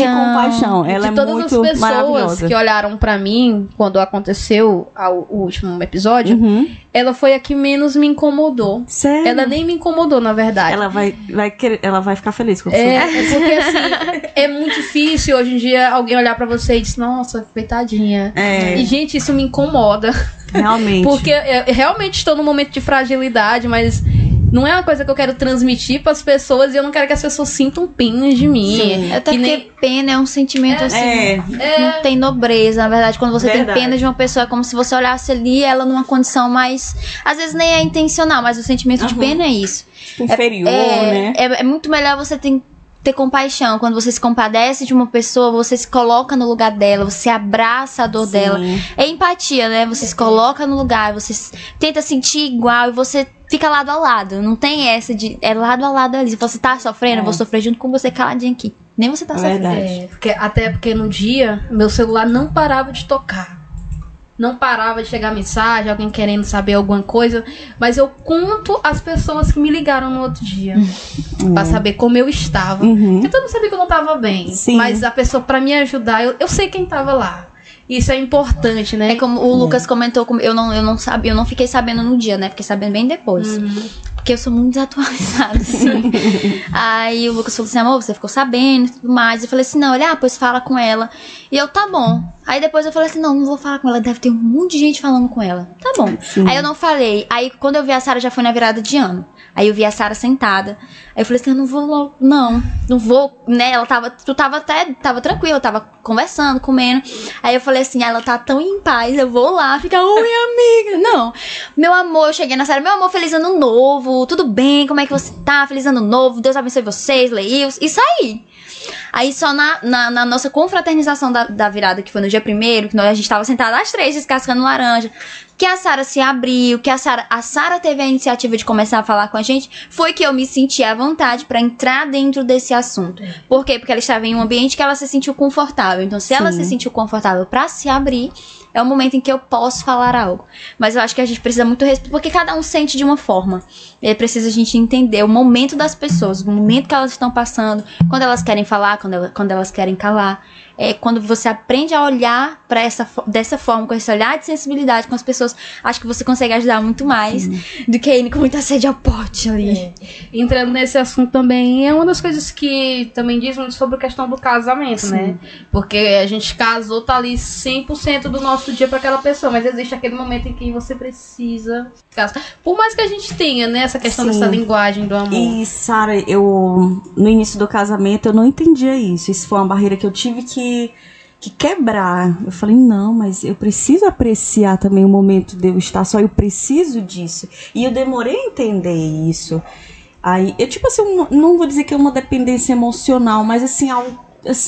compaixão. Ela de é todas muito as pessoas maravilhosa. que olharam pra mim quando aconteceu ao, o último episódio, Uhum. ela foi a que menos me incomodou. Sério? Ela nem me incomodou, na verdade. Ela vai, vai querer, ela vai ficar feliz com você. É, é porque assim, é muito difícil hoje em dia alguém olhar pra você e dizer, nossa, coitadinha. É. E, gente, isso me incomoda. Realmente. Porque eu realmente estou num momento de fragilidade, mas não é uma coisa que eu quero transmitir pras pessoas e eu não quero que as pessoas sintam pena de mim. Sim. Até que porque nem... pena é um sentimento assim. É. Não tem nobreza, na verdade. Quando você Verdade. tem pena de uma pessoa, é como se você olhasse ali ela numa condição mais. Às vezes nem é intencional, mas o sentimento de Uhum. pena é isso. Inferior, é, né? É, é muito melhor você ter, ter compaixão. Quando você se compadece de uma pessoa, você se coloca no lugar dela, você abraça a dor Sim. dela. É empatia, né? Você se coloca no lugar, você s- tenta sentir igual e você fica lado a lado. Não tem essa de. É lado a lado ali. Se você tá sofrendo, É. eu vou sofrer junto com você caladinho aqui. Nem você tá É sofrendo. verdade. É, porque, até porque no dia, meu celular não parava de tocar. Não parava de chegar mensagem, alguém querendo saber alguma coisa. Mas eu conto as pessoas que me ligaram no outro dia. Pra saber como eu estava. Uhum. Porque todo mundo sabia que eu não tava bem. Sim. Mas a pessoa, pra me ajudar, eu, eu sei quem tava lá. Isso é importante, né? É como o Lucas comentou, com- eu não, eu não sabia, eu não fiquei sabendo no dia, né? Fiquei sabendo bem depois. Uhum. Porque eu sou muito desatualizada, assim. Aí o Lucas falou assim, amor, você ficou sabendo e tudo mais. Eu falei assim, não, olha, ah, pois fala com ela. E eu, tá bom. Aí depois eu falei assim, não, não vou falar com ela, deve ter um monte de gente falando com ela. Tá bom. Sim. Aí eu não falei. Aí quando eu vi a Sarah, já foi na virada de ano. Aí eu vi a Sarah sentada. Aí eu falei assim, eu não vou logo, não, não vou, né? Ela tava, tu tava até, tava tranquila, tava conversando, comendo. Aí eu falei assim, ela tá tão em paz, eu vou lá ficar, oi, amiga. Não, meu amor, eu cheguei na Sarah, meu amor, feliz ano novo, tudo bem, como é que você tá? Feliz ano novo, Deus abençoe vocês, Leils, isso aí. Aí só na, na, na nossa confraternização da, da virada, que foi no dia primeiro, que nós, a gente tava sentada às três, descascando laranja, que a Sarah se abriu, que a Sarah, a Sarah teve a iniciativa de começar a falar com a gente, foi que eu me senti à vontade pra entrar dentro desse assunto. Por quê? Porque ela estava em um ambiente que ela se sentiu confortável. Então, se ela Sim. se sentiu confortável pra se abrir, é o momento em que eu posso falar algo. Mas eu acho que a gente precisa muito respeito, porque cada um sente de uma forma. E precisa a gente entender o momento das pessoas, o momento que elas estão passando, quando elas querem falar, quando, ela, quando elas querem calar. É quando você aprende a olhar para essa fo- dessa forma, com esse olhar de sensibilidade com as pessoas, acho que você consegue ajudar muito mais do que ele com muita sede ao pote ali. É. Entrando nesse assunto também, é uma das coisas que também diz muito sobre a questão do casamento, Sim. né? Porque a gente casou, tá ali cem por cento do nosso dia pra aquela pessoa, mas existe aquele momento em que você precisa casar. Por mais que a gente tenha, né, essa questão Sim. dessa linguagem do amor. E, Sara, eu no início do casamento eu não entendia isso. Isso foi uma barreira que eu tive que, que quebrar. Eu falei, não, mas eu preciso apreciar também o momento de eu estar só, eu preciso disso. E eu demorei a entender isso. Aí, eu tipo assim, um- não vou dizer que é uma dependência emocional, mas assim, algo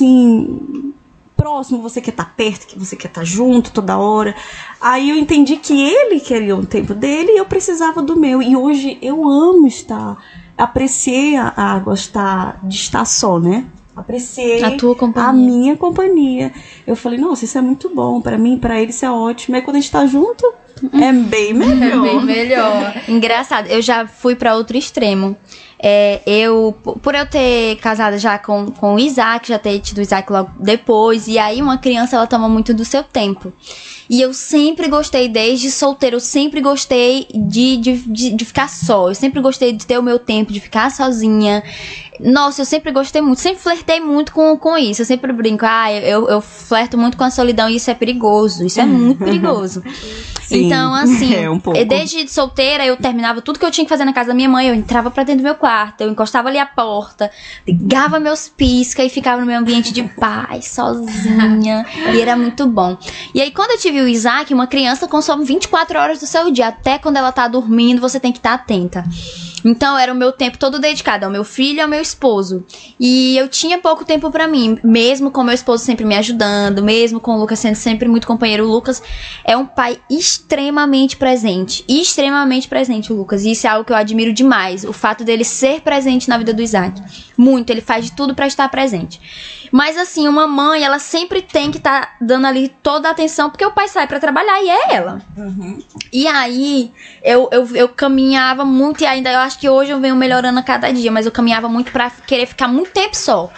assim, próximo, você quer estar perto, que você quer estar junto toda hora. Aí eu entendi que ele queria o tempo dele e eu precisava do meu. E hoje eu amo estar, apreciei a, a gostar de estar só, né? Apreciei A tua companhia. a minha companhia. Eu falei, nossa, isso é muito bom. Pra mim, pra ele, isso é ótimo. Aí quando a gente tá junto, é bem É melhor. bem melhor. Engraçado, eu já fui pra outro extremo. É, eu, p- por eu ter casado já com, com o Isaac, já ter tido o Isaac logo depois, e aí uma criança ela toma muito do seu tempo. E eu sempre gostei, desde solteiro, eu sempre gostei de, de, de, de ficar só. Eu sempre gostei de ter o meu tempo, de ficar sozinha. Nossa, eu sempre gostei muito, sempre flertei muito com, com isso. Eu sempre brinco, ah, eu, eu flerto muito com a solidão e isso é perigoso. Isso é muito perigoso. Sim, Então, assim, é um pouco. eu desde solteira eu terminava tudo que eu tinha que fazer na casa da minha mãe, eu entrava pra dentro do meu quarto, eu encostava ali a porta, ligava meus pisca e ficava no meu ambiente de paz, sozinha, e era muito bom. E aí quando eu tive o Isaac, uma criança consome vinte e quatro horas do seu dia, até quando ela tá dormindo, você tem que estar atenta. Então era o meu tempo todo dedicado ao meu filho e ao meu esposo. E eu tinha pouco tempo pra mim, mesmo com meu esposo sempre me ajudando, mesmo com o Lucas sendo sempre muito companheiro. O Lucas é um pai extremamente presente, extremamente presente o Lucas. E isso é algo que eu admiro demais, o fato dele ser presente na vida do Isaac. Muito, ele faz de tudo pra estar presente. Mas assim, uma mãe, ela sempre tem que estar dando ali toda a atenção, porque o pai sai pra trabalhar e é ela. Uhum. E aí, eu, eu, eu caminhava muito, e ainda eu acho que hoje eu venho melhorando a cada dia, mas eu caminhava muito pra querer ficar muito tempo só.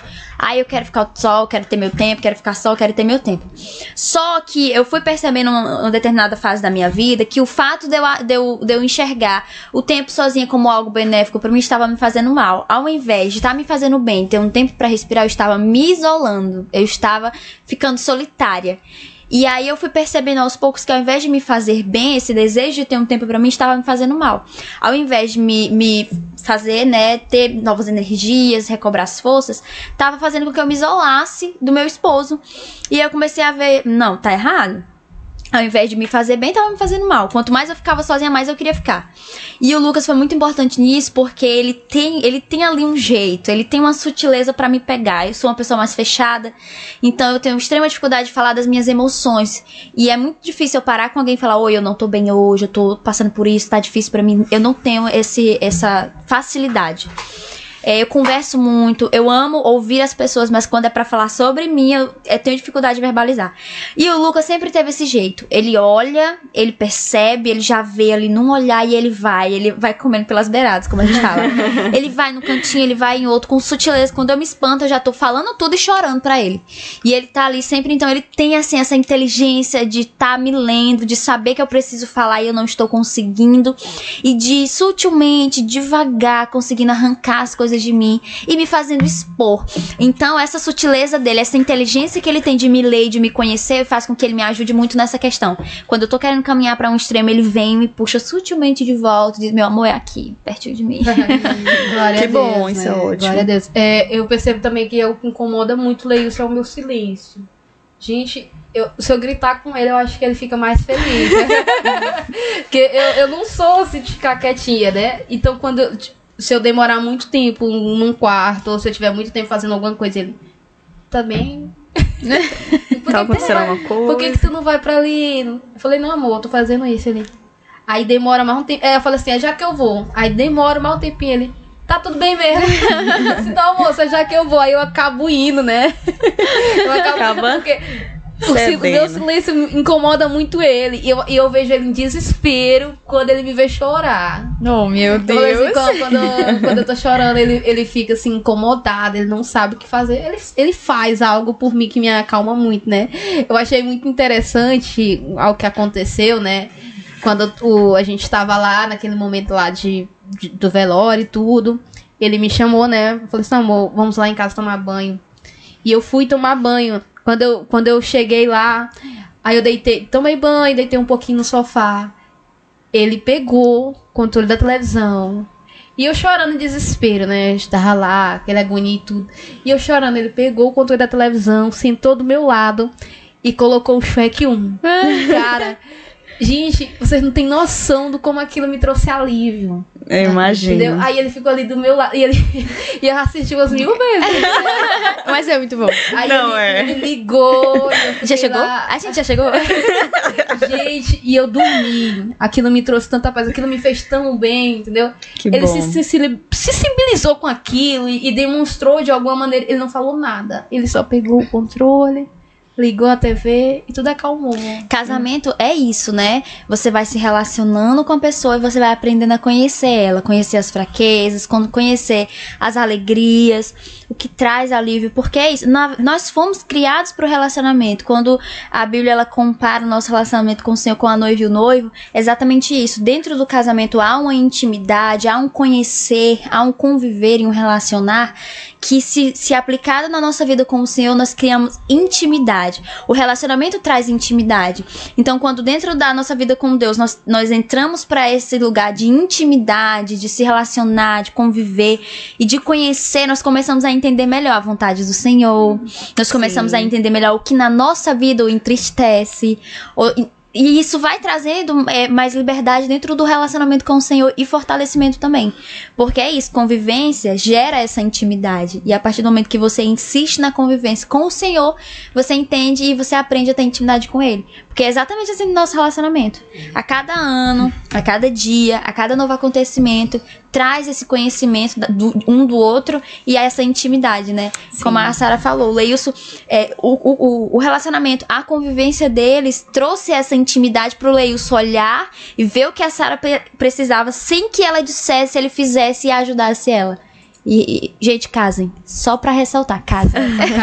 Ah, eu quero ficar só, eu quero ter meu tempo, quero ficar só, eu quero ter meu tempo. Só que eu fui percebendo em uma determinada fase da minha vida que o fato de eu, de eu, de eu enxergar o tempo sozinha como algo benéfico pra mim estava me fazendo mal. Ao invés de estar me fazendo bem, ter um tempo pra respirar, eu estava me isolando. Eu estava ficando solitária. E aí eu fui percebendo aos poucos que ao invés de me fazer bem, esse desejo de ter um tempo pra mim estava me fazendo mal. Ao invés de me, me fazer, né, ter novas energias, recobrar as forças, tava fazendo com que eu me isolasse do meu esposo. E eu comecei a ver, não, tá errado. Ao invés de me fazer bem, tava me fazendo mal. Quanto mais eu ficava sozinha, mais eu queria ficar. E o Lucas foi muito importante nisso, porque ele tem, ele tem ali um jeito, ele tem uma sutileza pra me pegar. Eu sou uma pessoa mais fechada, então eu tenho extrema dificuldade de falar das minhas emoções. E é muito difícil eu parar com alguém e falar, oi, eu não tô bem hoje, eu tô passando por isso, tá difícil pra mim. Eu não tenho esse, essa facilidade. É, eu converso muito, eu amo ouvir as pessoas, mas quando é pra falar sobre mim, eu, eu tenho dificuldade de verbalizar. E o Lucas sempre teve esse jeito. Ele olha, ele percebe, ele já vê ali num olhar e ele vai. Ele vai comendo pelas beiradas, como a gente fala. Ele vai no cantinho, ele vai em outro, com sutileza. Quando eu me espanto, eu já tô falando tudo e chorando pra ele. E ele tá ali sempre, então ele tem assim essa inteligência de tá me lendo, de saber que eu preciso falar e eu não estou conseguindo. E de sutilmente, devagar, conseguindo arrancar as coisas de mim e me fazendo expor. Então essa sutileza dele, essa inteligência que ele tem de me ler e de me conhecer, faz com que ele me ajude muito nessa questão. Quando eu tô querendo caminhar pra um extremo, ele vem e me puxa sutilmente de volta e diz, meu amor, é aqui, pertinho de mim. Glória Que a Deus, bom, isso né? é ótimo. Glória a Deus. É, eu percebo também que eu incomoda muito o Leilson é o meu silêncio. Gente, eu, se eu gritar com ele, eu acho que ele fica mais feliz, né? Porque eu, eu não sou assim de ficar quietinha, né? Então quando eu, se eu demorar muito tempo num quarto, ou se eu tiver muito tempo fazendo alguma coisa, ele também. Tá acontecendo alguma coisa? Por que, que tu não vai pra ali? Eu falei, não, amor, eu tô fazendo isso ali. Aí demora mais um tempo. É, eu falei assim, é já que eu vou. Aí demora mais um tempinho ele. Tá tudo bem mesmo. Então, moça, já que eu vou. Aí eu acabo indo, né? Eu acabo Acaba indo porque o, sil- o meu silêncio incomoda muito ele. E eu, e eu vejo ele em desespero quando ele me vê chorar. Oh, meu Eu falei assim, quando, quando, quando eu tô chorando, ele, ele fica assim, incomodado, ele não sabe o que fazer. Ele, ele faz algo por mim que me acalma muito, né? Eu achei muito interessante o que aconteceu, né? Quando o, a gente tava lá, naquele momento lá de, de, do velório e tudo, ele me chamou, né? Eu falei assim, amor, vamos lá em casa tomar banho. E eu fui tomar banho. Quando eu, quando eu cheguei lá, aí eu deitei, tomei banho, deitei um pouquinho no sofá. Ele pegou o controle da televisão. E eu chorando em desespero, né? Estava lá, aquela agonia e tudo. E eu chorando, ele pegou o controle da televisão, sentou do meu lado e colocou o Shrek um. Cara, gente, vocês não têm noção do como aquilo me trouxe alívio. Eu imagino. Entendeu? Aí ele ficou ali do meu lado. E ele e eu assisti umas mil vezes. Mas é muito bom. Aí Não, ele, é. ele ligou. e eu Já fiquei chegou? lá. A gente já chegou? Gente, e eu dormi. Aquilo me trouxe tanta paz, aquilo me fez tão bem, entendeu? Que ele bom. se, se, se, se sensibilizou com aquilo e, e demonstrou de alguma maneira. Ele não falou nada. Ele só pegou o controle, ligou a T V e tudo acalmou. Casamento é isso, né? Você vai se relacionando com a pessoa e você vai aprendendo a conhecer ela, conhecer as fraquezas, quando conhecer as alegrias, o que traz alívio, porque é isso. Na- Nós fomos criados para o relacionamento. Quando a Bíblia ela compara o nosso relacionamento com o Senhor, com a noiva e o noivo, é exatamente isso. Dentro do casamento há uma intimidade, há um conhecer, há um conviver e um relacionar que se, se aplicado na nossa vida com o Senhor, nós criamos intimidade. O relacionamento traz intimidade. Então, quando dentro da nossa vida com Deus, nós, nós entramos para esse lugar de intimidade, de se relacionar, de conviver e de conhecer, nós começamos a entender melhor a vontade do Senhor. Nós começamos Sim. a entender melhor o que na nossa vida o entristece. O, e isso vai trazendo é, mais liberdade dentro do relacionamento com o Senhor e fortalecimento também. Porque é isso, convivência gera essa intimidade. E a partir do momento que você insiste na convivência com o Senhor, você entende e você aprende a ter intimidade com Ele. Porque é exatamente assim no nosso relacionamento. A cada ano, a cada dia, a cada novo acontecimento, traz esse conhecimento da- do, um do outro e essa intimidade, né? Sim. Como a Sara falou, o Leilson, é, o, o, o relacionamento, a convivência deles trouxe essa intimidade pro Leilson olhar e ver o que a Sara pre- precisava sem que ela dissesse, ele fizesse e ajudasse ela. E, e, gente, casem. Só pra ressaltar, casem.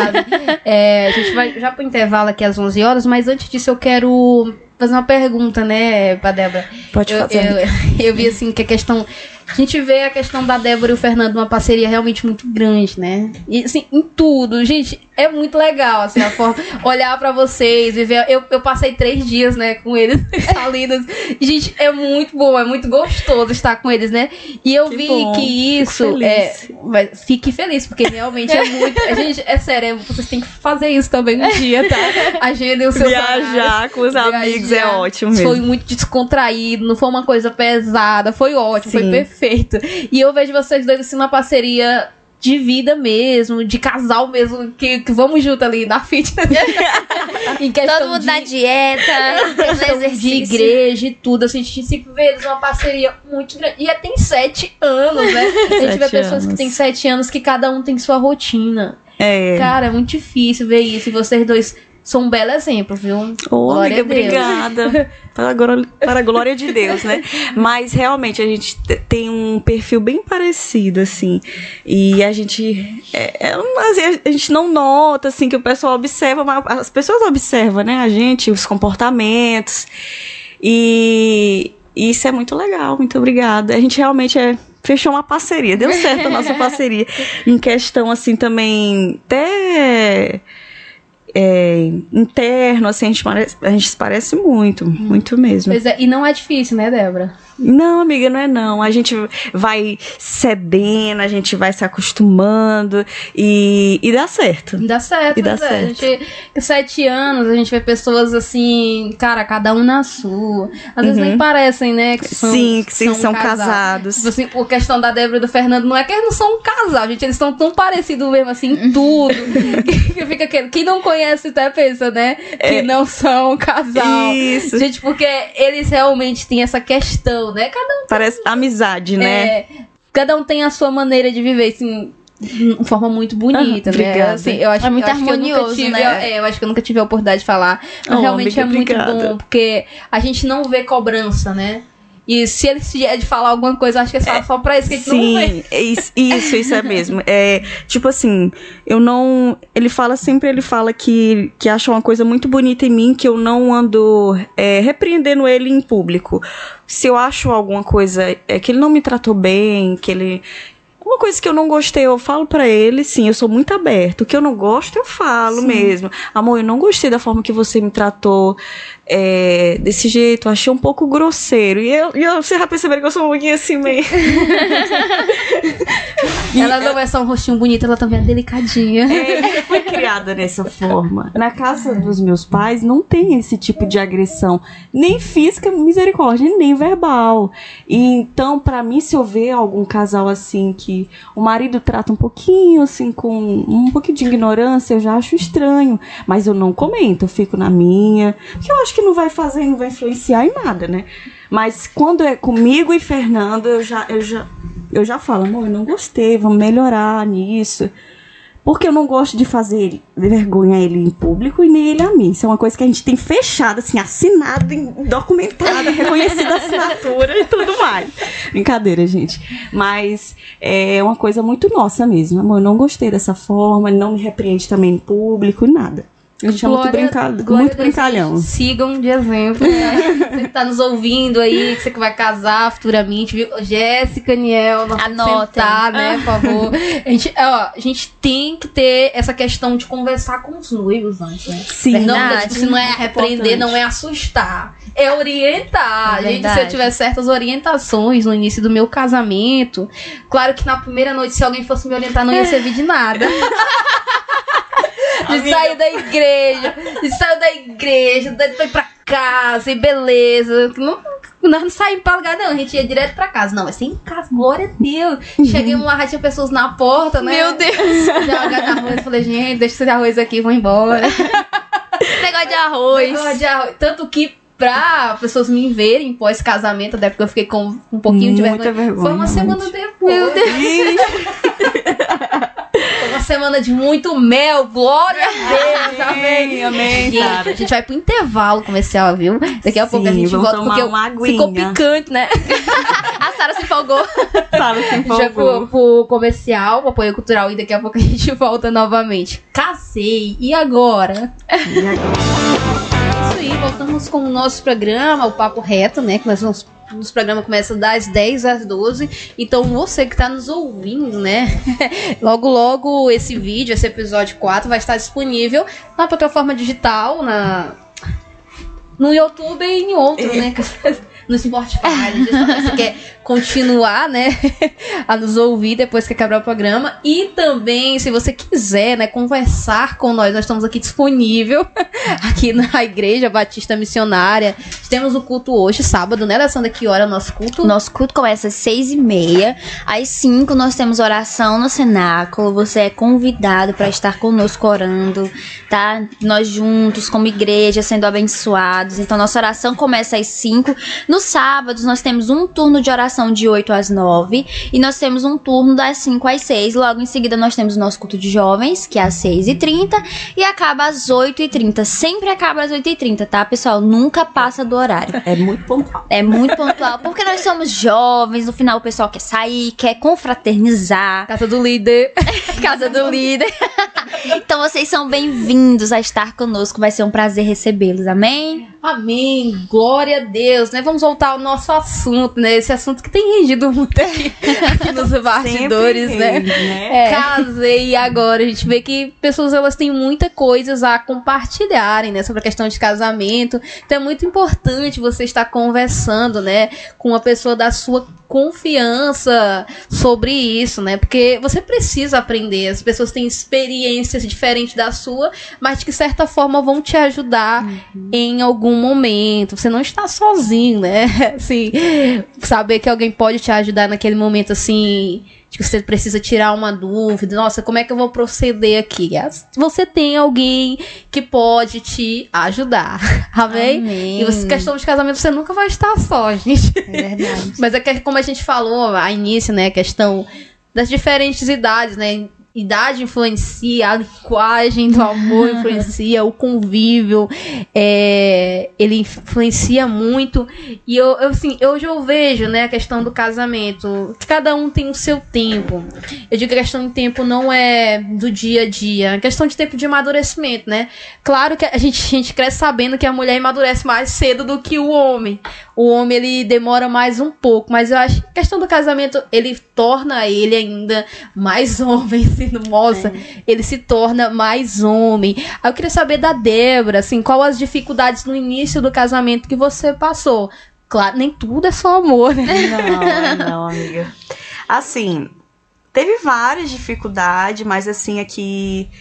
É, a gente vai já pro intervalo aqui às onze horas, mas antes disso eu quero fazer uma pergunta, né, pra Débora. Pode eu, fazer. Eu, eu vi assim que a questão... A gente vê a questão da Débora e o Fernando, uma parceria realmente muito grande, né? E assim, em tudo. Gente, é muito legal, assim, a forma... Olhar pra vocês, viver... Eu, eu passei três dias, né, com eles, salinas. E, gente, é muito bom, é muito gostoso estar com eles, né? E eu Que vi bom, que isso... fico é, feliz. mas fique feliz, porque realmente é muito... Gente, é sério, vocês têm que fazer isso também um dia, tá? Agendem o seu Viajar com os amigos é ótimo mesmo. Foi muito descontraído, não foi uma coisa pesada, foi ótimo, Sim. foi perfeito. E eu vejo vocês dois assim, uma parceria de vida mesmo, de casal mesmo, que, que vamos junto ali na fitness. Em questão Todo mundo de, na dieta, questão de exercício. igreja e tudo, assim, a gente se vê eles uma parceria muito grande. E é, tem sete anos, né? A gente vê Sete pessoas anos. que têm sete anos que cada um tem sua rotina. É. Cara, é muito difícil ver isso. E vocês dois são um belo exemplo, viu? Ô, Glória amiga, a Deus. obrigada. Para a, glória, para a glória de Deus, né? Mas realmente a gente t- tem um perfil bem parecido, assim. E a gente. É, é, mas a gente não nota, assim, que o pessoal observa, mas as pessoas observam, né? A gente, os comportamentos. E, e isso é muito legal, muito obrigada. A gente realmente é. Fechou uma parceria, deu certo a nossa parceria. Em questão, assim, também. Até. É, interno, assim, a gente, parece, a gente se parece muito, hum. muito mesmo. Pois é, e não é difícil, né, Débora? Não, amiga, não é não. A gente vai cedendo, a gente vai se acostumando e, e dá certo. Dá certo, E dá é. certo. A gente, com sete anos, a gente vê pessoas assim, cara, cada um na sua. Às vezes Uhum. nem parecem, né? Que são, Sim, que sim, são casados. casados. Tipo assim, a questão da Débora e do Fernando não é que eles não são um casal, gente. Eles estão tão parecidos mesmo, assim, em tudo. que fica aquele. Quem não conhece até pensa, né? Que É. não são um casal. Isso. Gente, porque eles realmente têm essa questão, né? Cada um Parece amizade, né? É, cada um tem a sua maneira de viver, assim, de forma muito bonita, Ah, né? obrigada. Assim, eu acho, É muito eu acho que eu nunca harmonioso, tive, né? é, eu acho que eu nunca tive a oportunidade de falar. Mas Oh, realmente amiga, é muito obrigada. bom, porque a gente não vê cobrança, né? E se ele tiver de falar alguma coisa, eu acho que é só, só pra isso que a gente não vê. Sim, é isso, isso, isso é mesmo. É, tipo assim, eu não. Ele fala sempre, ele fala que, que acha uma coisa muito bonita em mim, que eu não ando é, repreendendo ele em público. Se eu acho alguma coisa é, que ele não me tratou bem, que ele. Uma coisa que eu não gostei, eu falo pra ele, sim, eu sou muito aberto. O que eu não gosto, eu falo Sim. mesmo. Amor, eu não gostei da forma que você me tratou é, desse jeito, eu achei um pouco grosseiro. E eu, e eu, você já perceberam que eu sou um pouquinho assim meio. Ela não é só um rostinho bonito, ela também é delicadinha. É, eu fui criada dessa forma. Na casa dos meus pais não tem esse tipo de agressão, nem física, misericórdia, nem verbal. E então, pra mim, se eu ver algum casal assim que o marido trata um pouquinho assim com um pouquinho de ignorância, eu já acho estranho. Mas eu não comento, eu fico na minha, porque eu acho que não vai fazer, não vai influenciar em nada, né? Mas quando é comigo e Fernando, eu já, eu já, eu já falo, amor, eu não gostei, vamos melhorar nisso. Porque eu não gosto de fazer vergonha a ele em público e nem ele a mim. Isso é uma coisa que a gente tem fechado, assim, assinado, documentado, reconhecida assinatura e tudo mais. Brincadeira, gente. Mas é uma coisa muito nossa mesmo. Amor, eu não gostei dessa forma, ele não me repreende também em público e nada. A gente é muito, brinca... glória muito a Deus, brincalhão. Sigam de exemplo, né? Você que tá nos ouvindo aí, que você que vai casar futuramente, viu? Jéssica, Niel, nós vamos Anotem. sentar, né, por favor. A gente, ó, a gente tem que ter essa questão de conversar com os noivos antes, né? Sim. Não, Verdade. tipo, se não é repreender, Importante. não é assustar. É orientar. É Gente, se eu verdade. tiver certas orientações no início do meu casamento, claro que na primeira noite, se alguém fosse me orientar, não ia servir de nada. De Amiga. sair da igreja, de sair da igreja, daí foi pra casa, e beleza. Não, nós não saímos pra lugar, não. A gente ia direto pra casa. Não, é sem casa, glória a Deus. Cheguei uma rádio, tinha pessoas na porta, né? Meu Deus. Jogando arroz. Falei, gente, deixa esse arroz aqui, vou embora. Negócio de arroz. Negócio de arroz. Tanto que pra pessoas me verem pós-casamento, até porque eu fiquei com um pouquinho de Muita vergonha. vergonha, Foi uma realmente. semana depois. Meu Deus. Foi uma semana de muito mel, glória a Deus, amém, amém, gente, a gente vai pro intervalo comercial, viu? Daqui a Sim, pouco a gente volta, porque uma aguinha. ficou picante, né? A Sara se empolgou. Sara se empolgou. Já pro, pro comercial, pro apoio cultural, e daqui a pouco a gente volta novamente. Casei, e agora? E agora? Isso aí, voltamos com o nosso programa, o Papo Reto, né? Que nós vamos. Nosso programa começa das dez às doze. Então você que está nos ouvindo, né? Logo, logo esse vídeo, esse episódio quatro vai estar disponível na plataforma digital, na... no YouTube e em outro, né? No Spotify. Se você quer continuar, né? A nos ouvir depois que acabar o programa. E também, se você quiser, né? Conversar com nós, nós estamos aqui disponível. Aqui na Igreja Batista Missionária. Temos o culto hoje, sábado, né, Alessandra? Que hora é o nosso culto? Nosso culto começa às seis e meia. Às cinco nós temos oração no cenáculo. Você é convidado para estar conosco orando, tá? Nós juntos, como igreja, sendo abençoados. Então, nossa oração começa às cinco. Nos sábados, nós temos um turno de oração de oito às nove. E nós temos um turno das cinco às seis. Logo em seguida, nós temos o nosso culto de jovens, que é às seis e trinta. E acaba às oito e trinta. Sempre acaba às oito e trinta, tá, pessoal? Nunca passa do horário. É muito pontual. É muito pontual, porque nós somos jovens, no final o pessoal quer sair, quer confraternizar. Casa do líder. Casa do líder. Então vocês são bem-vindos a estar conosco, vai ser um prazer recebê-los, amém? Amém, glória a Deus, né? Vamos voltar ao nosso assunto, né? Esse assunto que tem rendido muito aqui, aqui nos bastidores, né? Rende, né? É. Casei agora, a gente vê que pessoas, elas têm muitas coisas a compartilharem, né? Sobre a questão de casamento. Então é muito importante você estar conversando, né? Com uma pessoa da sua confiança sobre isso, né? Porque você precisa aprender. As pessoas têm experiências diferentes da sua, mas de que certa forma vão te ajudar uhum. em algum momento. Você não está sozinho, né? Assim, saber que alguém pode te ajudar naquele momento, assim, de que você precisa tirar uma dúvida. Nossa, como é que eu vou proceder aqui? Você tem alguém que pode te ajudar. Amém? Amém. E você, questão de casamento, você nunca vai estar só, gente. É verdade. Mas é que, como a gente falou a início, né? A questão das diferentes idades, né? Idade influencia, a linguagem do amor influencia, o convívio, é, ele influencia muito. E eu, eu, assim, hoje eu vejo, né, a questão do casamento, que cada um tem o seu tempo. Eu digo que a questão de tempo não é do dia a dia, é questão de tempo de amadurecimento, né? Claro que a gente, a gente cresce sabendo que a mulher amadurece mais cedo do que o homem. O homem, ele demora mais um pouco, mas eu acho que a questão do casamento, ele torna ele ainda mais homem, sendo moça, é. ele se torna mais homem. Aí eu queria saber da Débora, assim, qual as dificuldades no início do casamento que você passou? Claro, nem tudo é só amor, né? Não, não, amiga. Assim, teve várias dificuldades, mas assim, aqui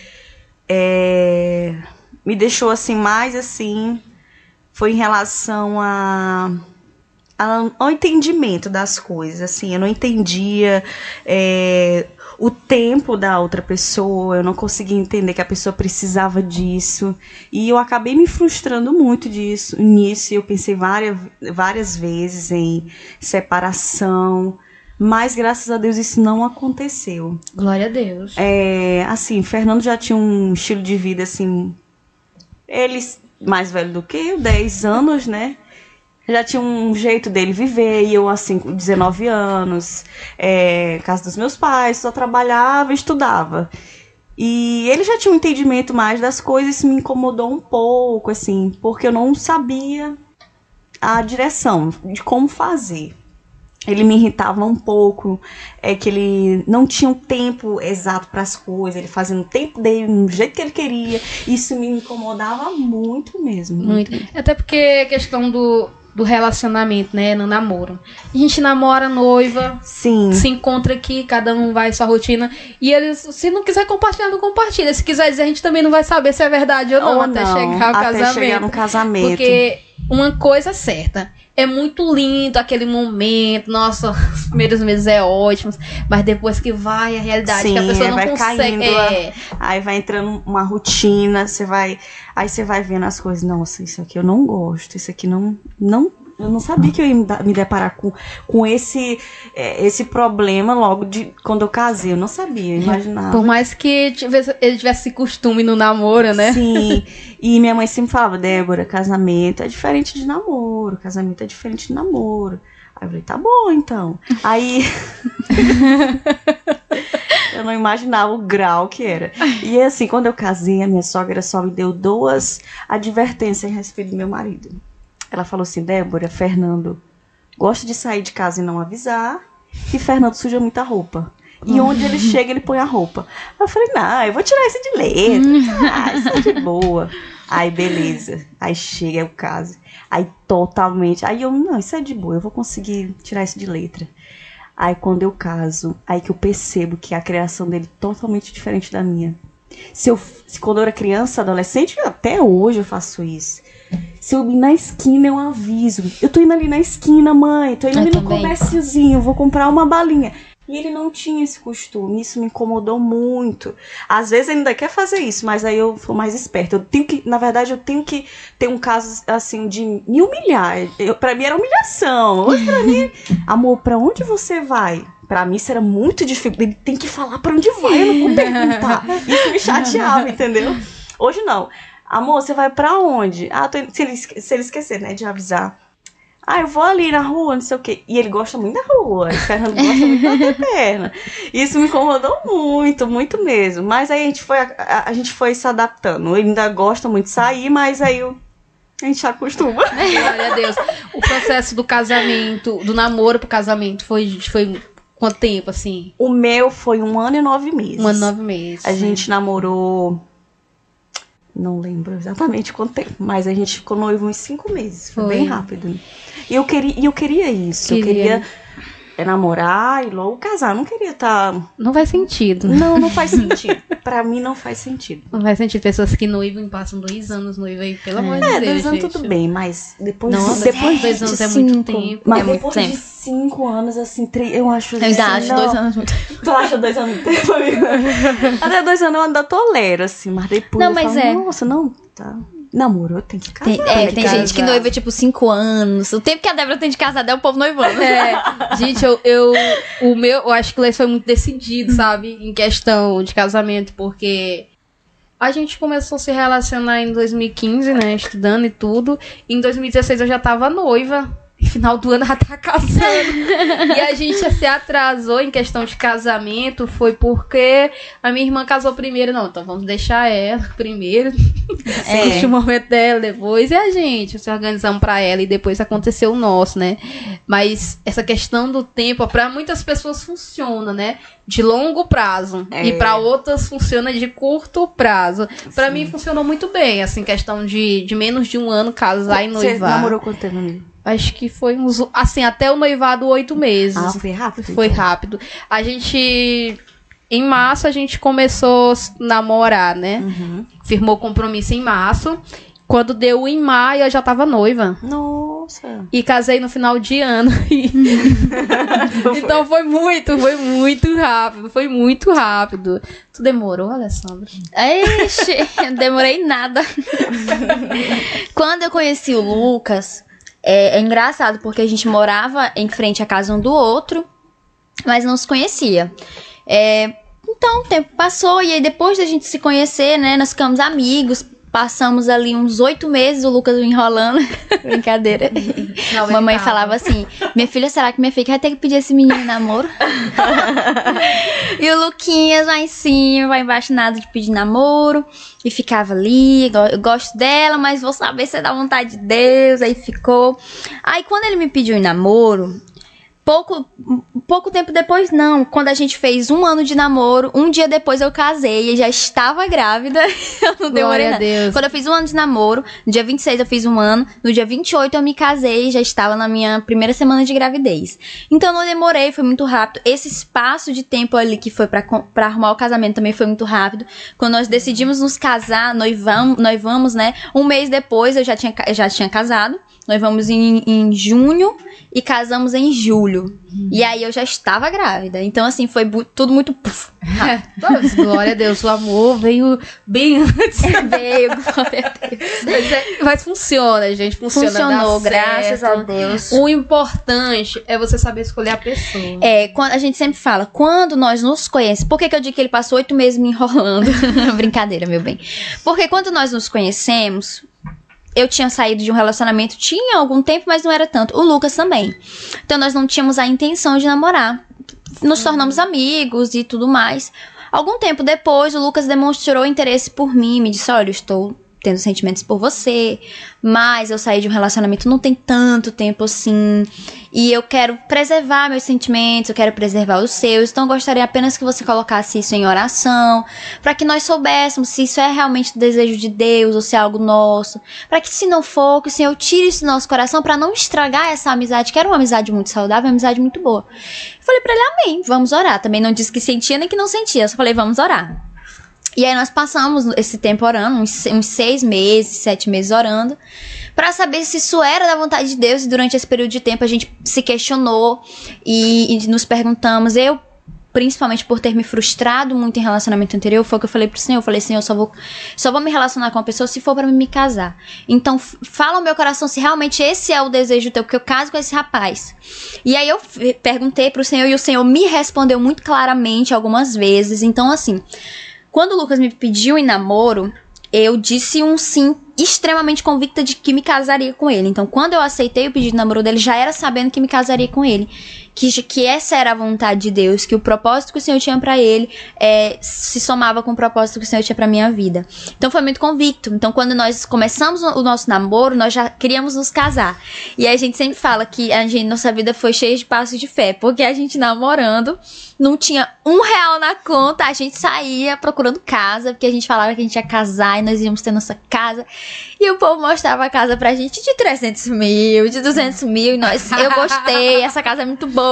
é, me deixou assim, mais assim, foi em relação a, a, ao entendimento das coisas, assim, eu não entendia é, o tempo da outra pessoa, eu não conseguia entender que a pessoa precisava disso, e eu acabei me frustrando muito disso, nisso, eu pensei várias, várias vezes em separação, mas graças a Deus isso não aconteceu. Glória a Deus. É, assim, Fernando já tinha um estilo de vida, assim, ele mais velho do que eu, dez anos, né? Já tinha um jeito dele viver, e eu, assim, com dezenove anos, é, casa dos meus pais, só trabalhava e estudava. E ele já tinha um entendimento mais das coisas, isso me incomodou um pouco, assim, porque eu não sabia a direção de como fazer. Ele me irritava um pouco, é que ele não tinha um tempo exato para as coisas, ele fazia no tempo dele, no jeito que ele queria. Isso me incomodava muito mesmo. Muito. Até porque a questão do, do relacionamento, né, no namoro. A gente namora, noiva, sim, se encontra aqui, cada um vai sua rotina. E eles, se não quiser compartilhar, não compartilha. Se quiser dizer, a gente também não vai saber se é verdade ou não, ou até não, chegar ao até casamento. chegar no casamento. Porque uma coisa é certa. É muito lindo aquele momento, nossa, os primeiros meses é ótimos, mas depois que vai a realidade, sim, que a pessoa não vai consegue. Caindo, é... Aí vai entrando uma rotina, você vai, aí você vai vendo as coisas, nossa, isso aqui eu não gosto, isso aqui não, não eu não sabia que eu ia me, da, me deparar com, com esse, é, esse problema logo de quando eu casei. Eu não sabia, eu imaginava. Por mais que tivesse, ele tivesse costume no namoro, né? Sim, e minha mãe sempre falava, Débora, casamento é diferente de namoro, casamento é diferente de namoro. Aí eu falei, tá bom, então. Aí... eu não imaginava o grau que era. E assim, quando eu casei, a minha sogra só me deu duas advertências a respeito do meu marido. Ela falou assim, Débora, Fernando gosta de sair de casa e não avisar, e Fernando suja muita roupa. E onde ele chega, ele põe a roupa. Aí eu falei, não, eu vou tirar isso de letra. Ah, isso é de boa. Aí, beleza. Aí chega o caso. Aí, totalmente. Aí eu, não, isso é de boa, eu vou conseguir tirar isso de letra. Aí, quando eu caso, aí que eu percebo que a criação dele é totalmente diferente da minha. Se eu, se quando eu era criança, adolescente, até hoje eu faço isso. Se eu ir na esquina, eu aviso. Eu tô indo ali na esquina, mãe. Tô indo ali no comérciozinho, vou comprar uma balinha. E ele não tinha esse costume, isso me incomodou muito. Às vezes ele ainda quer fazer isso, mas aí eu sou mais esperta. Eu tenho que, na verdade, eu tenho que ter um caso, assim, de me humilhar. Eu, pra mim era humilhação. Hoje pra mim, amor, pra onde você vai? Pra mim isso era muito difícil. Ele tem que falar pra onde vai, eu não vou perguntar. Isso me chateava, entendeu? Hoje não. Amor, você vai pra onde? Ah, tô, se, ele, se ele esquecer, né, de avisar. Ah, eu vou ali na rua, não sei o quê. E ele gosta muito da rua. O Fernando gosta muito da minha perna. Isso me incomodou muito, muito mesmo. Mas aí a gente foi, a, a gente foi se adaptando. Ele ainda gosta muito de sair, mas aí eu, a gente acostuma. Glória a Deus. O processo do casamento, do namoro pro casamento, foi, foi quanto tempo, assim? O meu foi um ano e nove meses. Um ano e nove meses. A gente namorou... Não lembro exatamente quanto tempo, mas a gente ficou noivo uns cinco meses. Foi, foi. Bem rápido. E eu queria, e eu queria isso. Queria. Eu queria é, namorar e logo casar. Eu não queria estar... Tá... Não faz sentido. Não, não faz sentido. Pra mim não faz sentido. Não faz sentido. Pessoas que noivam e passam dois anos noiva aí, pelo é. amor de é, Deus, dois anos gente. Tudo bem, mas depois... Não, depois de dois anos é muito cinco, tempo. Mas é muito depois tempo. de cinco anos, assim, três, eu acho... Eu ainda acho dois anos muito tempo. Tu acha dois anos muito tempo, amigo? Até dois anos eu ainda tolero, assim, mas depois não, eu mas falo, é. nossa, não, tá... Namoro, tem que casar. Tem, é, tem, tem casar. gente que noiva, tipo, cinco anos. O tempo que a Débora tem de casar é o povo noivando. É, gente, eu, eu... O meu... Eu acho que o Leis foi muito decidido, sabe? Em questão de casamento, porque... A gente começou a se relacionar em dois mil e quinze, né? Estudando e tudo. Em dois mil e dezesseis eu já tava noiva. No final do ano ela tá casando. E a gente se atrasou em questão de casamento. Foi porque a minha irmã casou primeiro. Não, então vamos deixar ela primeiro. É. O momento dela depois. E a gente se organizamos pra ela. E depois aconteceu o nosso, né? Mas essa questão do tempo, pra muitas pessoas funciona, né? De longo prazo. É. E pra outras funciona de curto prazo. Pra Sim. mim funcionou muito bem. Assim, questão de, de menos de um ano casar e noivar. Você namorou quanto tempo, amigo? Acho que foi uns... Assim, até o noivado, oito meses. Ah, foi rápido? Foi então. rápido. A gente... Em março, a gente começou a namorar, né? Uhum. Firmou compromisso em março. Quando deu em maio, eu já tava noiva. Nossa! E casei no final de ano. Então foi muito, foi muito rápido. Foi muito rápido. Tu demorou, Alessandra? Ixi, eu demorei nada. Quando eu conheci o Lucas... É, é engraçado, porque a gente morava em frente à casa um do outro, mas não se conhecia. É, então, o tempo passou, e aí depois da gente se conhecer, né, nós ficamos amigos, passamos ali uns oito meses, o Lucas me enrolando. Brincadeira. Não, mamãe falava assim, minha filha, será que minha filha vai ter que pedir esse menino em namoro? E o Luquinhas lá em cima, vai embaixo, nada de pedir namoro. E ficava ali, eu gosto dela, mas vou saber se é da vontade de Deus. Aí ficou. Aí quando ele me pediu em namoro, pouco, pouco tempo depois, não. Quando a gente fez um ano de namoro, um dia depois eu casei e já estava grávida. Eu não demorei nada. Quando eu fiz um ano de namoro, no dia vinte e seis eu fiz um ano, no dia vinte e oito eu me casei e já estava na minha primeira semana de gravidez. Então não demorei, foi muito rápido. Esse espaço de tempo ali que foi pra, pra arrumar o casamento também foi muito rápido. Quando nós decidimos nos casar, noivamos, noivamos, né? Um mês depois eu já tinha, já tinha casado. Nós vamos em, em junho e casamos em julho. Hum. E aí eu já estava grávida. Então, assim, foi bu- tudo muito... Puf, é, glória a Deus, o amor veio bem antes. Veio, glória a Deus. Mas, é, mas funciona, gente. Funciona, Funcionou, graças a Deus. O importante é você saber escolher a pessoa. É, quando, a gente sempre fala, quando nós nos conhecemos... Por que, que eu digo que ele passou oito meses me enrolando? Brincadeira, meu bem. Porque quando nós nos conhecemos... Eu tinha saído de um relacionamento, tinha algum tempo, mas não era tanto. O Lucas também. Então, nós não tínhamos a intenção de namorar. Nos tornamos amigos e tudo mais. Algum tempo depois, o Lucas demonstrou interesse por mim. Me disse, olha, eu estou tendo sentimentos por você, mas eu saí de um relacionamento não tem tanto tempo assim, e eu quero preservar meus sentimentos, eu quero preservar os seus, então eu gostaria apenas que você colocasse isso em oração, para que nós soubéssemos se isso é realmente o desejo de Deus ou se é algo nosso, para que se não for, que o Senhor tire isso do nosso coração, para não estragar essa amizade, que era uma amizade muito saudável, uma amizade muito boa. Eu falei pra ele, amém, vamos orar. Também não disse que sentia nem que não sentia, eu só falei, vamos orar. E aí nós passamos esse tempo orando, uns, uns seis meses, sete meses orando, para saber se isso era da vontade de Deus. E durante esse período de tempo a gente se questionou e, e nos perguntamos. Eu, principalmente por ter me frustrado muito em relacionamento anterior, foi o que eu falei pro Senhor. Eu falei, Senhor, eu só vou, só vou me relacionar com uma pessoa se for pra me casar. Então fala ao meu coração se realmente esse é o desejo teu, porque eu caso com esse rapaz. E aí eu perguntei pro Senhor e o Senhor me respondeu muito claramente algumas vezes. Então assim... Quando o Lucas me pediu em namoro, eu disse um sim extremamente convicta de que me casaria com ele. Então, quando eu aceitei o pedido de namoro dele, já era sabendo que me casaria com ele. Que, que essa era a vontade de Deus, que o propósito que o Senhor tinha pra ele é, se somava com o propósito que o Senhor tinha pra minha vida. Então, foi muito convicto. Então, quando nós começamos o nosso namoro, nós já queríamos nos casar. E aí a gente sempre fala que a gente, nossa vida foi cheia de passos de fé, porque a gente namorando, não tinha um real na conta, a gente saía procurando casa, porque a gente falava que a gente ia casar e nós íamos ter nossa casa. E o povo mostrava a casa pra gente de trezentos mil, de duzentos mil, e nós, eu gostei, essa casa é muito boa.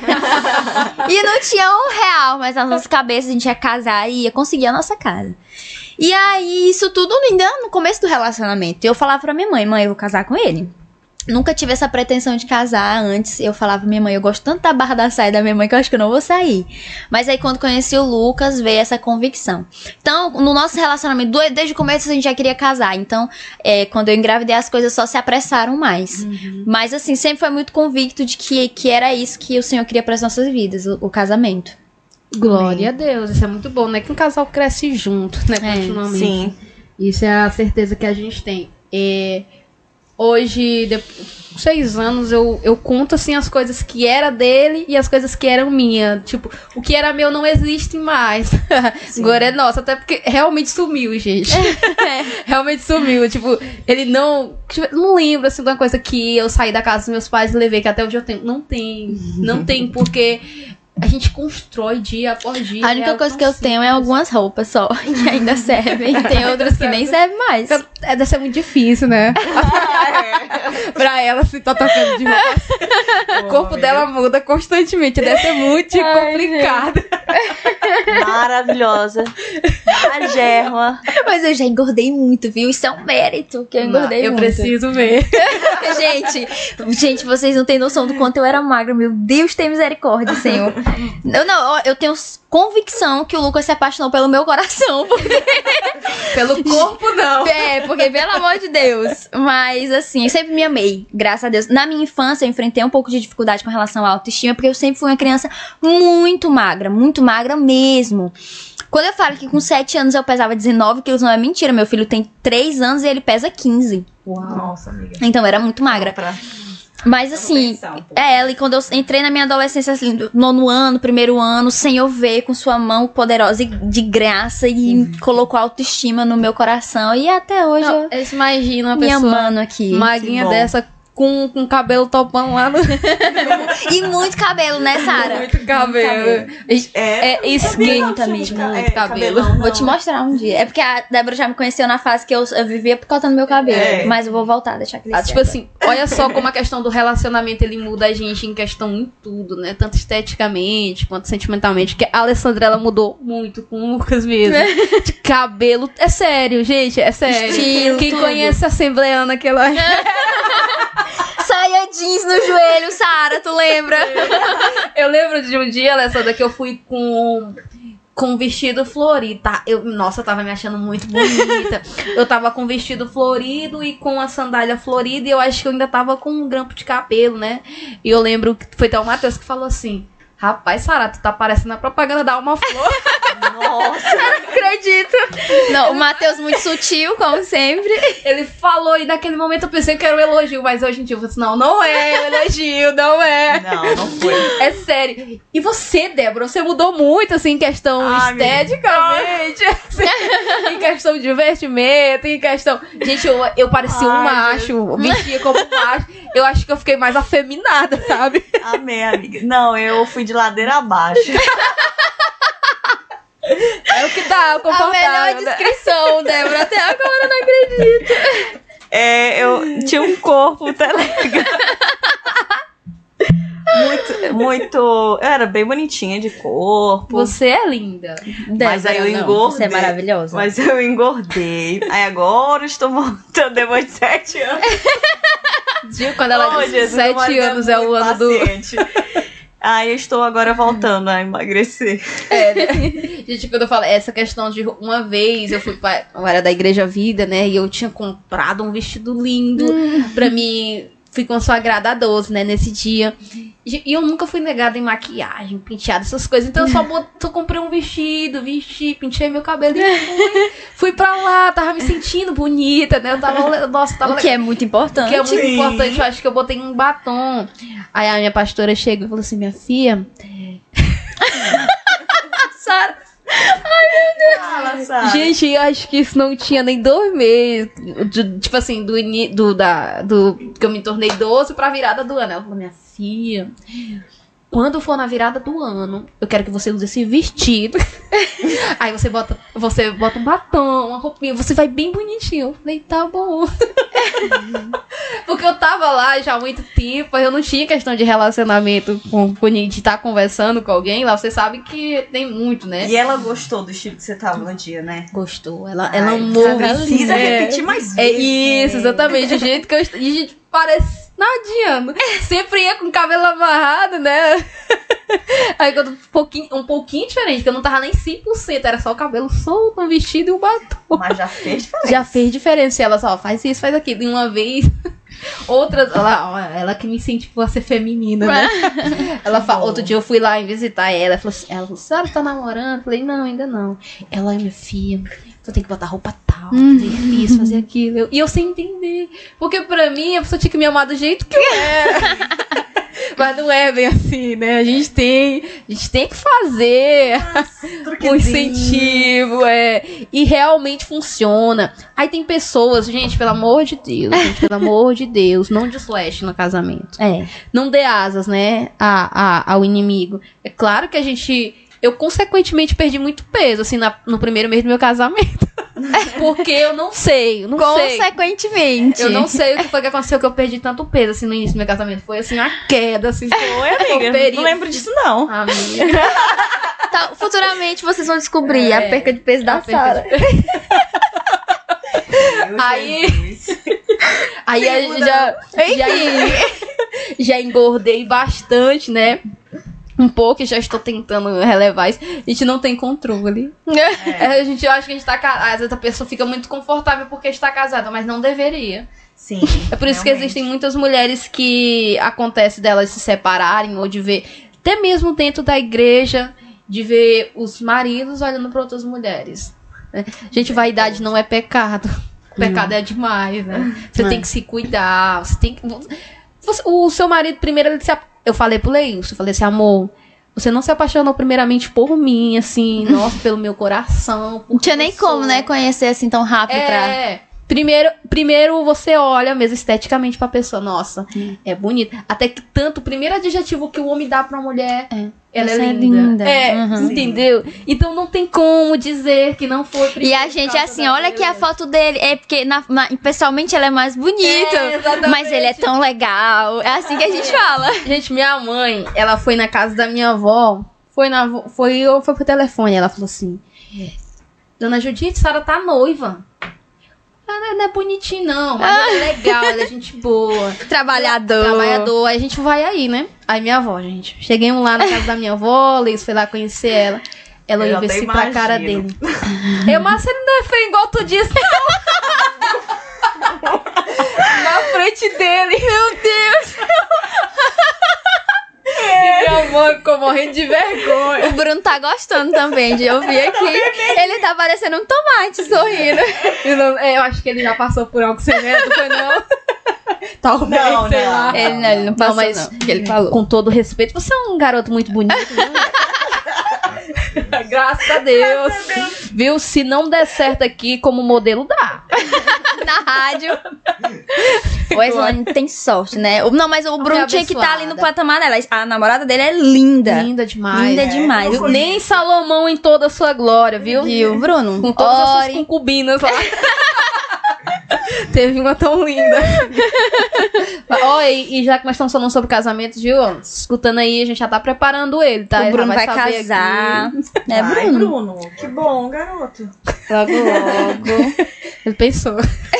E não tinha um real, mas nas nossas cabeças a gente ia casar e ia conseguir a nossa casa. E aí, isso tudo ainda no começo do relacionamento. Eu falava pra minha mãe, mãe, eu vou casar com ele. Nunca tive essa pretensão de casar antes. Eu falava pra minha mãe, eu gosto tanto da barra da saia da minha mãe que eu acho que eu não vou sair. Mas aí quando conheci o Lucas, veio essa convicção. Então, no nosso relacionamento, desde o começo a gente já queria casar. Então, é, quando eu engravidei, as coisas só se apressaram mais. Uhum. Mas assim, sempre foi muito convicto de que, que era isso que o Senhor queria para as nossas vidas, o, o casamento. Glória Amém. A Deus, isso é muito bom, né? Que um casal cresce junto, né? É, continuamente. Sim. Isso é a certeza que a gente tem. É... Hoje, depois de seis anos, eu, eu conto, assim, as coisas que era dele e as coisas que eram minha. Tipo, o que era meu não existe mais. Agora é nosso, até porque realmente sumiu, gente. Realmente sumiu. Tipo, ele não... Tipo, não lembro, assim, de uma coisa que eu saí da casa dos meus pais e levei, que até hoje eu tenho. Não tem. Não tem, porque... A gente constrói dia após dia. A única coisa que eu tenho é algumas roupas só, que ainda servem. Tem outras que nem servem mais. É, deve ser muito difícil, né? Pra ela se tá tocando de roupa. O corpo dela muda constantemente. Deve ser muito Ai, complicado. Gente. Maravilhosa. A germa. Mas eu já engordei muito, viu? Isso é um mérito que eu engordei não, eu muito. Eu preciso ver. gente, gente, vocês não têm noção do quanto eu era magra. Meu Deus, tem misericórdia, Senhor. Eu não, eu tenho convicção que o Lucas se apaixonou pelo meu coração. Porque... pelo corpo, não. É, porque pelo amor de Deus. Mas assim, eu sempre me amei, graças a Deus. Na minha infância, eu enfrentei um pouco de dificuldade com relação à autoestima, porque eu sempre fui uma criança muito magra, muito magra mesmo. Quando eu falo que com sete anos eu pesava dezenove quilos, não é mentira. Meu filho tem três anos e ele pesa quinze. Uau. Nossa, amiga. Então, eu era muito magra. Pra... Mas assim, um é ela, e quando eu entrei na minha adolescência, assim, nono ano, primeiro ano, sem eu ver, com sua mão poderosa e de graça, e uhum. colocou autoestima no meu coração, e até hoje não, eu, eu imagino uma me pessoa amando aqui. Magrinha dessa, com, com cabelo topão lá no... E muito cabelo, né, Sara? Muito cabelo. Muito cabelo. É, é esquenta mesmo, muito é, cabelo. Cabelão, vou te mostrar um dia. É porque a Débora já me conheceu na fase que eu, eu vivia picotando meu cabelo. É. Mas eu vou voltar, deixar crescer. Ah, tipo assim, olha só como a questão do relacionamento, ele muda a gente em questão em tudo, né? Tanto esteticamente, quanto sentimentalmente. Que a Alessandra, ela mudou muito com o Lucas mesmo. De cabelo. É sério, gente, é sério. Estilo, Quem tudo. conhece a Assembleana, aquela... saia jeans no joelho, Sara, tu lembra? Eu lembro de um dia, Alessandra, que eu fui com... com um vestido florido, tá? Eu, nossa, eu tava me achando muito bonita. Eu tava com um vestido florido e com a sandália florida e eu acho que eu ainda tava com um grampo de cabelo, né? E eu lembro que foi até o Matheus que falou assim: rapaz, Sara, tu tá parecendo a propaganda da Alma Flor. Nossa, eu não acredito. Não, o Matheus muito sutil, como sempre. Ele falou e naquele momento eu pensei que era um elogio, mas hoje em dia eu falei assim, não, não é um elogio, não é. Não, não foi. É sério. E você, Débora, você mudou muito, assim, em questão Ah, esteticamente, assim, em questão de vestimento, em questão... Gente, eu, eu parecia um Ai, macho, vestia como um macho. Eu acho que eu fiquei mais afeminada, sabe? Amém, amiga. Não, eu fui de ladeira abaixo. É o que dá, o A melhor descrição, Débora. Até agora eu não acredito. É, eu tinha um corpo até legal. Muito, muito... Eu era bem bonitinha de corpo. Você é linda. Mas aí eu Não, engordei. Você é maravilhosa. Mas eu engordei. Aí agora eu estou voltando depois de sete anos. Viu? Quando ela Oh, disse Jesus, sete mas anos é é o muito ano do... paciente. Aí eu estou agora voltando a emagrecer. É, né? Gente, quando eu falo essa questão de uma vez eu fui pra, eu era da Igreja Vida, né? E eu tinha comprado um vestido lindo pra mim. Fui consagrada a doze, né? Nesse dia. E eu nunca fui negada em maquiagem, penteado, essas coisas. Então eu só, bot... só comprei um vestido, vesti, pentei meu cabelo e fui. Fui pra lá, tava me sentindo bonita, né? Eu tava. Nossa, tava O que é muito importante. que é muito Sim. importante, eu acho que eu botei um batom. Aí a minha pastora chega e falou assim, minha filha... Sara... Fala, Sara. Gente, eu acho que isso não tinha nem dois meses. de- tipo assim, do, ini- do, da, do que eu me tornei doze pra virada do ano. Ela falou, minha filha... Quando for na virada do ano, eu quero que você use esse vestido. Aí você bota, você bota um batom, uma roupinha, você vai bem bonitinho. Eu falei, tá bom. Porque eu tava lá já há muito tempo, eu não tinha questão de relacionamento com, com de estar conversando com alguém. Lá você sabe que tem muito, né? E ela gostou do estilo que você tava no dia, né? Gostou, ela, Ai, ela amou. precisa é, repetir mais É vezes. isso, exatamente. O jeito que eu. est- E, gente, parece. Não adianta. Sempre ia com o cabelo amarrado, né? Aí quando um pouquinho, um pouquinho diferente, que eu não tava nem cem por cento, era só o cabelo solto, um vestido e um batom. Mas já fez diferença. Já fez diferença. E ela só faz isso, faz aquilo. E uma vez, outras. Ela, ó, ela que me incentivou a ser feminina, né? Ela fa... Outro dia eu fui lá em visitar ela. Ela falou assim: ela falou, Sara, tá namorando? Eu falei, não, ainda não. Ela, minha filha, tu tem que botar roupa tal, fazer isso, fazer aquilo. E eu sem entender. Porque pra mim, a pessoa tinha que me amar do jeito que eu era. Mas não é bem assim, né? A gente tem, a gente tem que fazer um incentivo, é. E realmente funciona. Aí tem pessoas, gente, pelo amor de Deus, gente, pelo amor de Deus, não desflash no casamento. É. Não dê asas, né, a, a, ao inimigo. É claro que a gente... Eu, consequentemente, perdi muito peso, assim, na, no primeiro mês do meu casamento. Porque eu não sei, eu não sei. Consequentemente. Eu não sei o que foi que aconteceu que eu perdi tanto peso, assim, no início do meu casamento. Foi, assim, a queda, assim. Oi, amiga. período. Não lembro disso, não. Amiga. Tá, futuramente vocês vão descobrir É, a perca de peso a da perca Sara. Meu Aí- Jesus. Aí a gente já, já, já engordei bastante, né? Um pouco, e já estou tentando relevar isso. A gente não tem controle. É. É, a gente acha que a gente tá casada. Às vezes a pessoa fica muito confortável porque está casada, mas não deveria. Sim. É por isso que realmente. existem muitas mulheres que acontece delas se separarem ou de ver, até mesmo dentro da igreja, de ver os maridos olhando para outras mulheres. Né? Gente, vaidade não é pecado. Pecado é demais, né? Você É. tem que se cuidar. Você tem que. Você- o seu marido, primeiro, ele se. ap- Eu falei pro Leilson, eu falei assim, amor, você não se apaixonou primeiramente por mim, assim, nossa, pelo meu coração. Não tinha nem como, né, conhecer assim tão rápido pra... É. Primeiro, primeiro você olha mesmo esteticamente pra pessoa. Nossa, Hum. é bonita. Até que tanto, o primeiro adjetivo que o homem dá pra uma mulher, É. ela Você é é linda. linda. É, Uhum. entendeu? Então não tem como dizer que não foi E primeiro a por gente, causa assim, da olha aqui a beleza. foto dele. É porque na- na- pessoalmente ele é mais bonito. É, exatamente. Mas ele é tão legal. É assim que a gente fala. Gente, minha mãe, ela foi na casa da minha avó, foi na avó- foi, ou foi pro telefone, ela falou assim, Dona Judite, Sara tá noiva. Ah, não é bonitinho, não, mas ah. ele é legal, ele é gente boa. Trabalhador. Trabalhador. Aí a gente vai aí, né? Aí minha avó, gente. Chegamos lá na casa da minha avó, Liz foi lá conhecer ela. Ela olhou assim pra cara dele. Eu, mas você não é feio igual tu disse, não. Na frente dele. Meu Deus. E minha mãe ficou morrendo de vergonha. O Bruno tá gostando também de ouvir aqui. Ele tá parecendo um tomate sorrindo. Eu, não, eu acho que ele já passou por algo semelhante, foi não? Talvez, não, sei não. lá. Ele não, ele não passou, não, mas não. Ele falou. Com todo respeito, você é um garoto muito bonito, né? Graças a Deus. Graças a Deus. Viu? Se não der certo aqui como modelo, dá. Na rádio. O Eslane tem sorte, né? Não, mas o Bruno tinha que estar tá ali no patamar dela. A namorada dele é linda. Linda demais. Linda é. demais. Nem Salomão em toda a sua glória, viu? Viu, Bruno? Com todas as suas concubinas lá. Teve uma tão linda. Ó, e, e já que nós estamos falando sobre casamento, viu? Escutando aí, a gente já tá preparando ele, tá? O Bruno vai, vai casar. Aqui. É, Ai, Bruno? Bruno, que bom, garoto. Logo, logo. Ele pensou.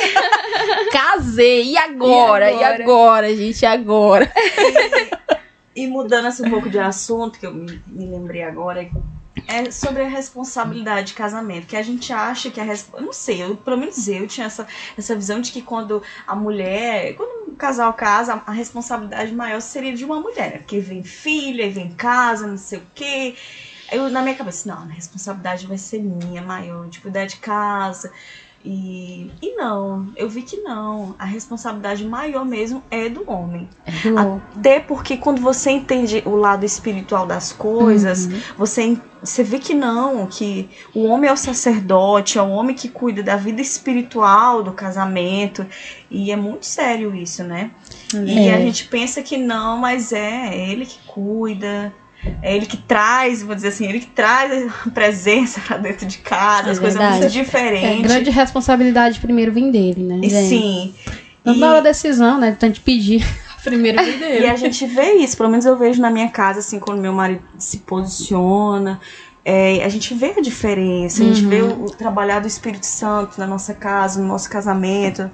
Casei, e agora? E agora, e agora gente? E agora? E, e mudando assim um pouco de assunto, que eu me, me lembrei agora, é sobre a responsabilidade de casamento, que a gente acha que a responsabilidade, não sei, eu, pelo menos eu tinha essa, essa visão de que quando a mulher, quando um casal casa, a responsabilidade maior seria de uma mulher, né? Porque vem filha, vem casa, não sei o quê. Eu, na minha cabeça, não, a responsabilidade vai ser minha, maior, de cuidar de casa. E, e não, eu vi que não. A responsabilidade maior mesmo é do homem. É do homem. Até porque quando você entende o lado espiritual das coisas, uhum. você, você vê que não, que o homem é o sacerdote, é o homem que cuida da vida espiritual do casamento. E é muito sério isso, né? É. E a gente pensa que não, mas é, é ele que cuida. É ele que traz, vou dizer assim, ele que traz a presença pra dentro de casa, é as coisas muito diferentes. É, grande responsabilidade primeiro vem dele, né? E sim. Não dá a decisão, né? Tanto de pedir primeiro vem dele. E a gente vê isso, pelo menos eu vejo na minha casa, assim, quando meu marido se posiciona. É, a gente vê a diferença, a gente uhum. vê o, o trabalhar do Espírito Santo na nossa casa, no nosso casamento.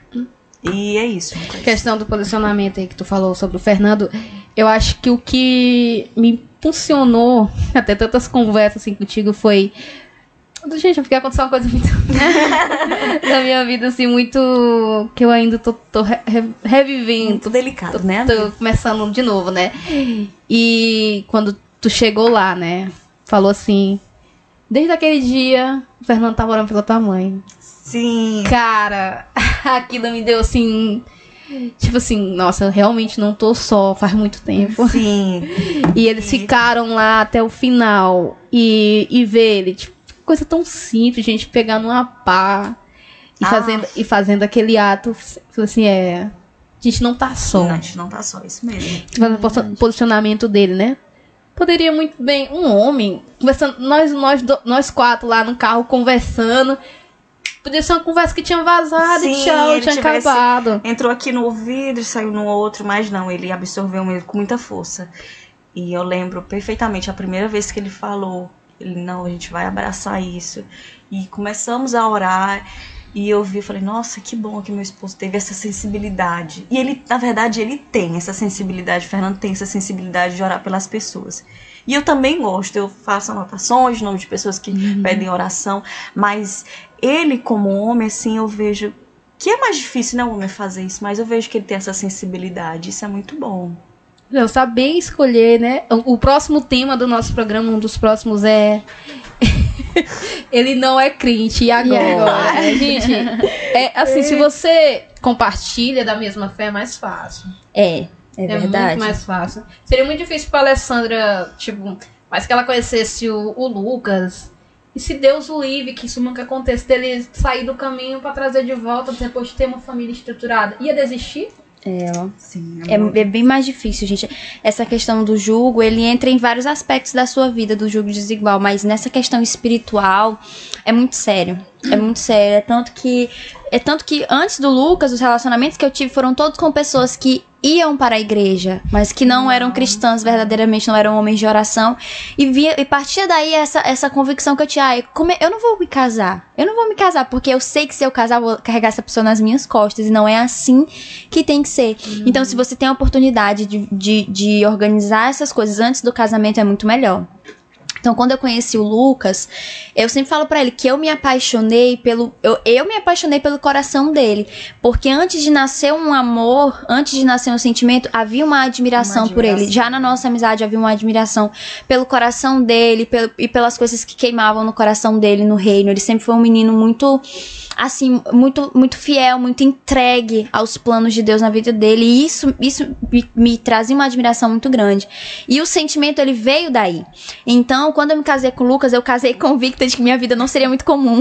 E é isso. A questão do posicionamento aí que tu falou sobre o Fernando, eu acho que o que me impulsionou até tantas conversas assim contigo foi... Gente, porque aconteceu uma coisa muito... na minha vida, assim, muito... que eu ainda tô, tô re revivendo. Muito delicado, tô, né? Tô começando de novo, né? E quando tu chegou lá, né? Falou assim... Desde aquele dia, o Fernando tá morando pela tua mãe. Sim. Cara, aquilo me deu assim... Tipo assim, nossa, eu realmente não tô só, faz muito tempo. Sim. E eles ficaram lá até o final. E, e ver ele, tipo, coisa tão simples, gente, pegar numa pá e, ah. fazendo, e fazendo aquele ato. Assim, é... A gente não tá só. Não, a gente não tá só, isso mesmo. Fazendo o posicionamento dele, né? Poderia muito bem, um homem, conversando, nós, nós, nós quatro lá no carro conversando... Podia ser uma conversa que tinha vazado. Sim, e tchau, tinha tivesse, acabado. Entrou aqui no ouvido e saiu no outro, mas não, ele absorveu mesmo com muita força. E eu lembro perfeitamente a primeira vez que ele falou, ele, não, a gente vai abraçar isso. E começamos a orar, e eu vi, falei, nossa, que bom que meu esposo teve essa sensibilidade. E ele, na verdade, ele tem essa sensibilidade, o Fernando tem essa sensibilidade de orar pelas pessoas. E eu também gosto, eu faço anotações de nome de pessoas que uhum. pedem oração, mas ele como homem, assim, eu vejo que é mais difícil, né, o homem fazer isso, mas eu vejo que ele tem essa sensibilidade, isso é muito bom. Eu saber escolher, né, o, o próximo tema do nosso programa, um dos próximos é... ele não é crente, e agora? E agora? Né, gente, é, assim, se você compartilha da mesma fé, é mais fácil. É. É, é verdade. muito mais fácil. Seria muito difícil pra Alessandra, tipo, mas que ela conhecesse o, o Lucas. E se Deus o livre, que isso nunca aconteça, dele sair do caminho pra trazer de volta, depois de ter uma família estruturada. Ia desistir? É, ó. Sim, é, é bem mais difícil, gente. Essa questão do jugo, ele entra em vários aspectos da sua vida, do jugo desigual, mas nessa questão espiritual é muito sério. É muito sério. É tanto que, é tanto que antes do Lucas, os relacionamentos que eu tive foram todos com pessoas que iam para a igreja, mas que não eram cristãs verdadeiramente, não eram homens de oração. E, via, e partia daí essa, essa convicção que eu tinha, ah, como é, eu não vou me casar. Eu não vou me casar, porque eu sei que se eu casar, eu vou carregar essa pessoa nas minhas costas. E não é assim que tem que ser. Uhum. Então, se você tem a oportunidade de, de, de organizar essas coisas antes do casamento, é muito melhor. Então, quando eu conheci o Lucas, eu sempre falo pra ele que eu me apaixonei pelo... Eu, eu me apaixonei pelo coração dele. Porque antes de nascer um amor, antes de nascer um sentimento, havia uma admiração, uma admiração por ele. Já na nossa amizade havia uma admiração pelo coração dele pelo, e pelas coisas que queimavam no coração dele, no reino. Ele sempre foi um menino muito, assim, muito, muito fiel, muito entregue aos planos de Deus na vida dele. E isso, isso me, me trazia uma admiração muito grande. E o sentimento, ele veio daí. Então, quando eu me casei com o Lucas, eu casei convicta de que minha vida não seria muito comum.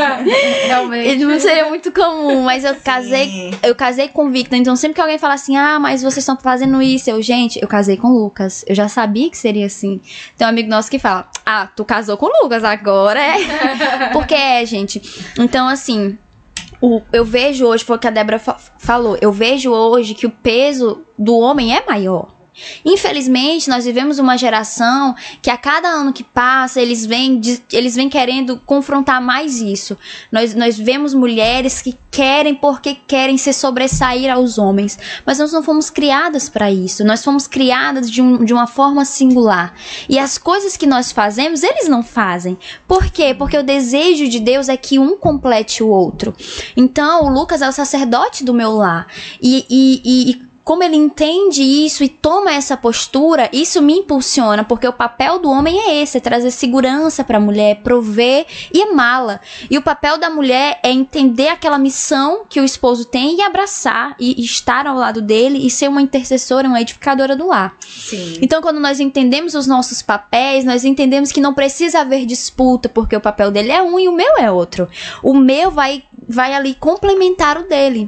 Realmente. Não seria muito comum, mas eu casei, eu casei convicta. Então, sempre que alguém fala assim, ah, mas vocês estão fazendo isso, eu, gente, eu casei com o Lucas. Eu já sabia que seria assim. Tem um amigo nosso que fala, ah, tu casou com o Lucas, agora é. Porque é, gente. Então, assim, o, eu vejo hoje, foi o que a Débora fa- falou, eu vejo hoje que o peso do homem é maior. Infelizmente, nós vivemos uma geração que a cada ano que passa, eles vêm, eles vêm querendo confrontar mais isso. Nós, nós vemos mulheres que querem porque querem se sobressair aos homens. Mas nós não fomos criadas para isso. Nós fomos criadas de, um, de uma forma singular. E as coisas que nós fazemos, eles não fazem. Por quê? Porque o desejo de Deus é que um complete o outro. Então, o Lucas é o sacerdote do meu lar. E... e, e como ele entende isso e toma essa postura, isso me impulsiona, porque o papel do homem é esse, é trazer segurança para a mulher, prover e amá-la. E o papel da mulher é entender aquela missão que o esposo tem e abraçar, e, e estar ao lado dele e ser uma intercessora, uma edificadora do lar. Sim. Então, quando nós entendemos os nossos papéis, nós entendemos que não precisa haver disputa, porque o papel dele é um e o meu é outro. O meu vai, vai ali complementar o dele.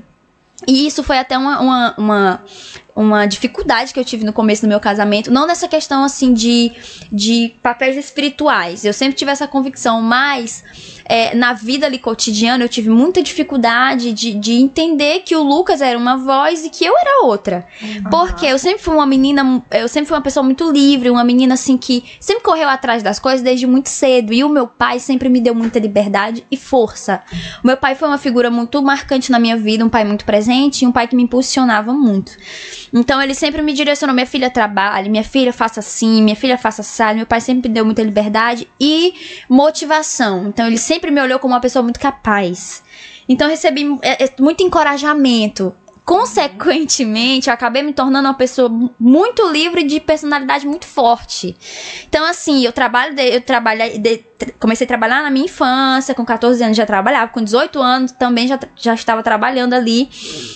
E isso foi até uma, uma, uma, uma dificuldade que eu tive no começo do meu casamento. Não nessa questão, assim, de, de papéis espirituais. Eu sempre tive essa convicção, mas é, na vida ali cotidiana eu tive muita dificuldade de, de entender que o Lucas era uma voz e que eu era outra. Uhum. Porque eu sempre fui uma menina, eu sempre fui uma pessoa muito livre, uma menina, assim, que sempre correu atrás das coisas desde muito cedo. E o meu pai sempre me deu muita liberdade e força. O meu pai foi uma figura muito marcante na minha vida, um pai muito presente e um pai que me impulsionava muito. Então ele sempre me direcionou, minha filha trabalhe, minha filha faça assim, minha filha faça assado. Meu pai sempre me deu muita liberdade e motivação. Então ele sempre me olhou como uma pessoa muito capaz. Então eu recebi é, é, muito encorajamento. Consequentemente, eu acabei me tornando uma pessoa muito livre, de personalidade muito forte. Então, assim, eu trabalho, de, eu trabalhei, de, comecei a trabalhar na minha infância, com catorze anos já trabalhava, com dezoito anos também já, já estava trabalhando ali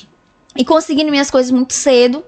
e conseguindo minhas coisas muito cedo.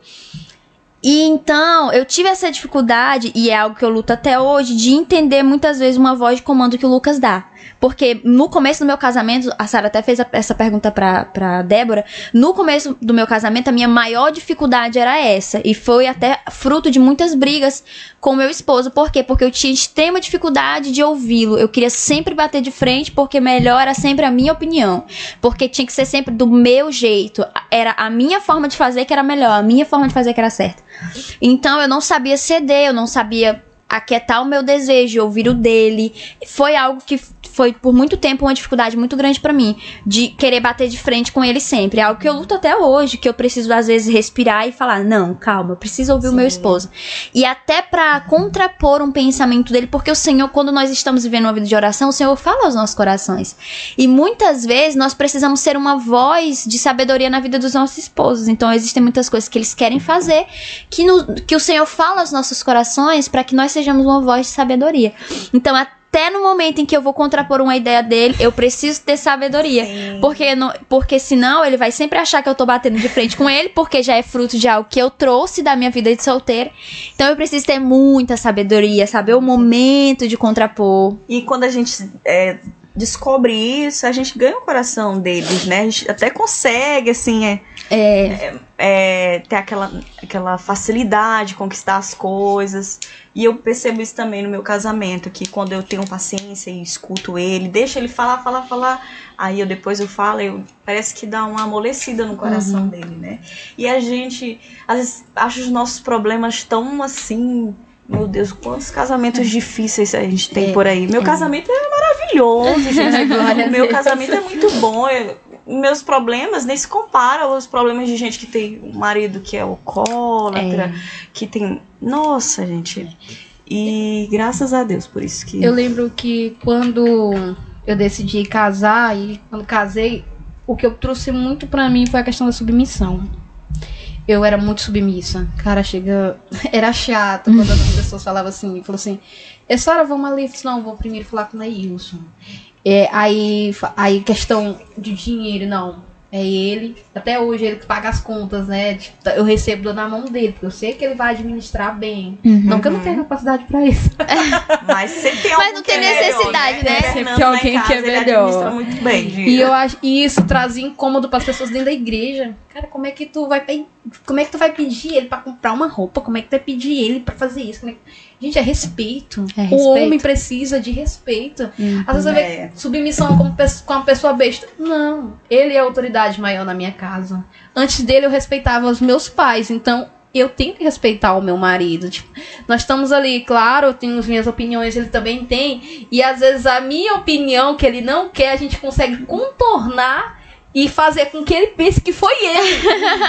E então, eu tive essa dificuldade, e é algo que eu luto até hoje, de entender muitas vezes uma voz de comando que o Lucas dá. Porque no começo do meu casamento, a Sara até fez a, essa pergunta pra, pra Débora, no começo do meu casamento a minha maior dificuldade era essa, e foi até fruto de muitas brigas com meu esposo. Por quê? Porque eu tinha extrema dificuldade de ouvi-lo, eu queria sempre bater de frente, porque melhor era sempre a minha opinião, porque tinha que ser sempre do meu jeito, era a minha forma de fazer que era melhor, a minha forma de fazer que era certa. Então eu não sabia ceder, eu não sabia aquietar o meu desejo, ouvir o dele. Foi algo que foi por muito tempo uma dificuldade muito grande pra mim, de querer bater de frente com ele sempre. É algo que eu luto até hoje, que eu preciso às vezes respirar e falar, não, calma, eu preciso ouvir Sim. o meu esposo. E até pra contrapor um pensamento dele, porque o Senhor, quando nós estamos vivendo uma vida de oração, o Senhor fala aos nossos corações. E muitas vezes nós precisamos ser uma voz de sabedoria na vida dos nossos esposos. Então existem muitas coisas que eles querem fazer, que, no, que o Senhor fala aos nossos corações, para que nós sejamos uma voz de sabedoria. Então, até no momento em que eu vou contrapor uma ideia dele, eu preciso ter sabedoria. Porque, não, porque senão ele vai sempre achar que eu tô batendo de frente com ele, porque já é fruto de algo que eu trouxe da minha vida de solteira. Então eu preciso ter muita sabedoria, saber o momento de contrapor. E quando a gente é, descobre isso, a gente ganha o coração deles, né? A gente até consegue, assim, é, É, é, é, ter aquela, aquela facilidade de conquistar as coisas. E eu percebo isso também no meu casamento, que quando eu tenho paciência e escuto ele, deixo ele falar, falar, falar, aí eu depois eu falo, eu, parece que dá uma amolecida no coração uhum. dele, né? E a gente, às vezes, acha os nossos problemas tão assim... Meu Deus, quantos casamentos difíceis a gente tem é, por aí. Meu é. casamento é maravilhoso, gente. Meu casamento é muito bom. Eu, meus problemas nem se comparam aos problemas de gente que tem um marido que é alcoólatra, é. que tem... Nossa, gente. E graças a Deus por isso que... Eu lembro que quando eu decidi casar, e quando casei, o que eu trouxe muito pra mim foi a questão da submissão. Eu era muito submissa. Cara, chega... Era chato quando as pessoas falavam assim. Falou assim, é Sara, vamos ali. Eu falei, não, vou primeiro falar com o Neilson. É, aí, aí, questão de dinheiro, não. É ele. Até hoje, ele que paga as contas, né? Eu recebo na mão dele, porque eu sei que ele vai administrar bem. Uhum. Não que eu não tenha capacidade pra isso. Mas sempre tem Mas não tem necessidade, melhor, né? né? Sempre tem alguém que é melhor. Ele administra muito bem, e, eu acho, e isso trazia incômodo pras pessoas dentro da igreja. Cara, como é que tu vai como é que tu vai pedir ele pra comprar uma roupa? Como é que tu vai pedir ele pra fazer isso? Como é que... Gente, é respeito. é respeito. O homem precisa de respeito. Uhum, Às vezes você é. vê submissão com, com uma pessoa besta. Não, ele é a autoridade maior na minha casa. Antes dele eu respeitava os meus pais, então eu tenho que respeitar o meu marido. Tipo, nós estamos ali, claro, eu tenho as minhas opiniões, ele também tem. E às vezes a minha opinião, que ele não quer, a gente consegue contornar e fazer com que ele pense que foi ele.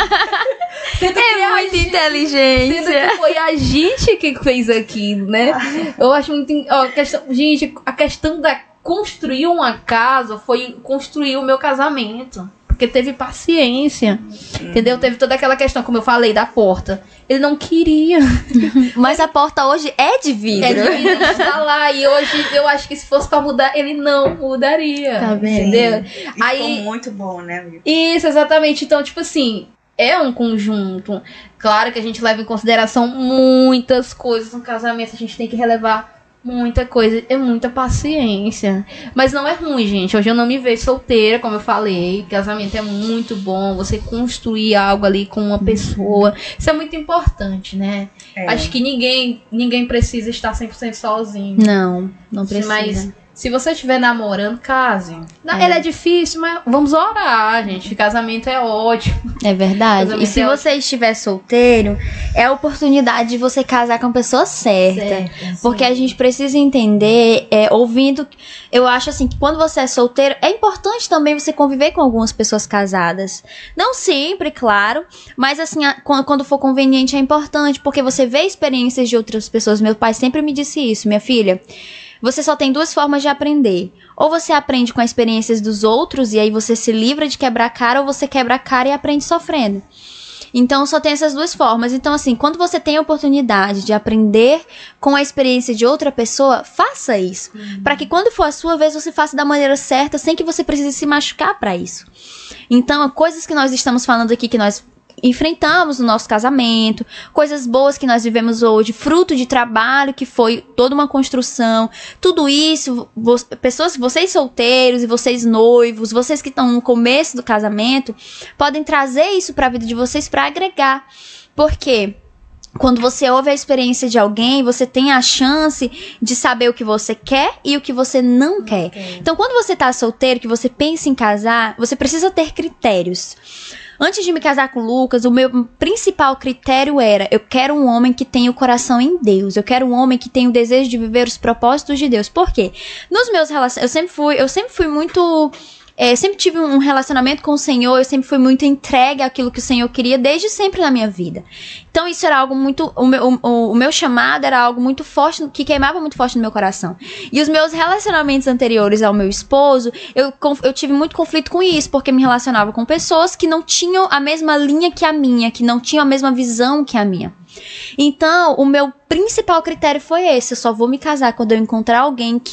É muita inteligência. Sendo que foi a gente que fez aquilo, né? Eu acho muito... Ó, questão, gente, a questão da construir uma casa foi construir o meu casamento. Porque teve paciência, uhum. entendeu? Teve toda aquela questão, como eu falei, da porta. Ele não queria. Mas a porta hoje é de vidro. É de vidro, está lá. E hoje eu acho que se fosse pra mudar, ele não mudaria. Tá vendo? Entendeu? Sim. Aí, ficou muito bom, né, amiga? Isso, exatamente. Então, tipo assim, é um conjunto. Claro que a gente leva em consideração muitas coisas no casamento. A gente tem que relevar muita coisa, é muita paciência. Mas não é ruim, gente. Hoje eu não me vejo solteira, como eu falei. Casamento é muito bom. Você construir algo ali com uma pessoa. Isso é muito importante, né? É. Acho que ninguém, ninguém precisa estar cem por cento sozinho. Não, não precisa. Mas se você estiver namorando, case. É. Ele é difícil, mas vamos orar, gente. Casamento é ótimo. É verdade. Casamento e se é você ótimo. estiver solteiro, é a oportunidade de você casar com a pessoa certa. certa porque a gente precisa entender, é, ouvindo... Eu acho assim, que quando você é solteiro, é importante também você conviver com algumas pessoas casadas. Não sempre, claro, mas assim, a, quando for conveniente é importante, porque você vê experiências de outras pessoas. Meu pai sempre me disse isso, minha filha. Você só tem duas formas de aprender. Ou você aprende com as experiências dos outros e aí você se livra de quebrar a cara, ou você quebra a cara e aprende sofrendo. Então, só tem essas duas formas. Então, assim, quando você tem a oportunidade de aprender com a experiência de outra pessoa, faça isso. Uhum. Para que quando for a sua vez, você faça da maneira certa, sem que você precise se machucar para isso. Então, coisas que nós estamos falando aqui, que nós enfrentamos no nosso casamento, coisas boas que nós vivemos hoje, fruto de trabalho que foi toda uma construção, tudo isso, vo- pessoas, vocês solteiros e vocês noivos, vocês que estão no começo do casamento, podem trazer isso para a vida de vocês para agregar, porque quando você ouve a experiência de alguém, você tem a chance de saber o que você quer e o que você não quer. Okay. Então, quando você tá solteiro, que você pensa em casar, você precisa ter critérios. Antes de me casar com o Lucas, o meu principal critério era: eu quero um homem que tenha o coração em Deus. Eu quero um homem que tenha o desejo de viver os propósitos de Deus. Por quê? Nos meus relacionamentos, eu sempre fui, eu sempre fui muito... É, sempre tive um relacionamento com o Senhor, eu sempre fui muito entregue àquilo que o Senhor queria, desde sempre na minha vida. Então isso era algo muito... O meu, o, o meu chamado era algo muito forte, que queimava muito forte no meu coração. E os meus relacionamentos anteriores ao meu esposo, eu, eu tive muito conflito com isso, porque me relacionava com pessoas que não tinham a mesma linha que a minha, que não tinham a mesma visão que a minha. Então, o meu principal critério foi esse: eu só vou me casar quando eu encontrar alguém que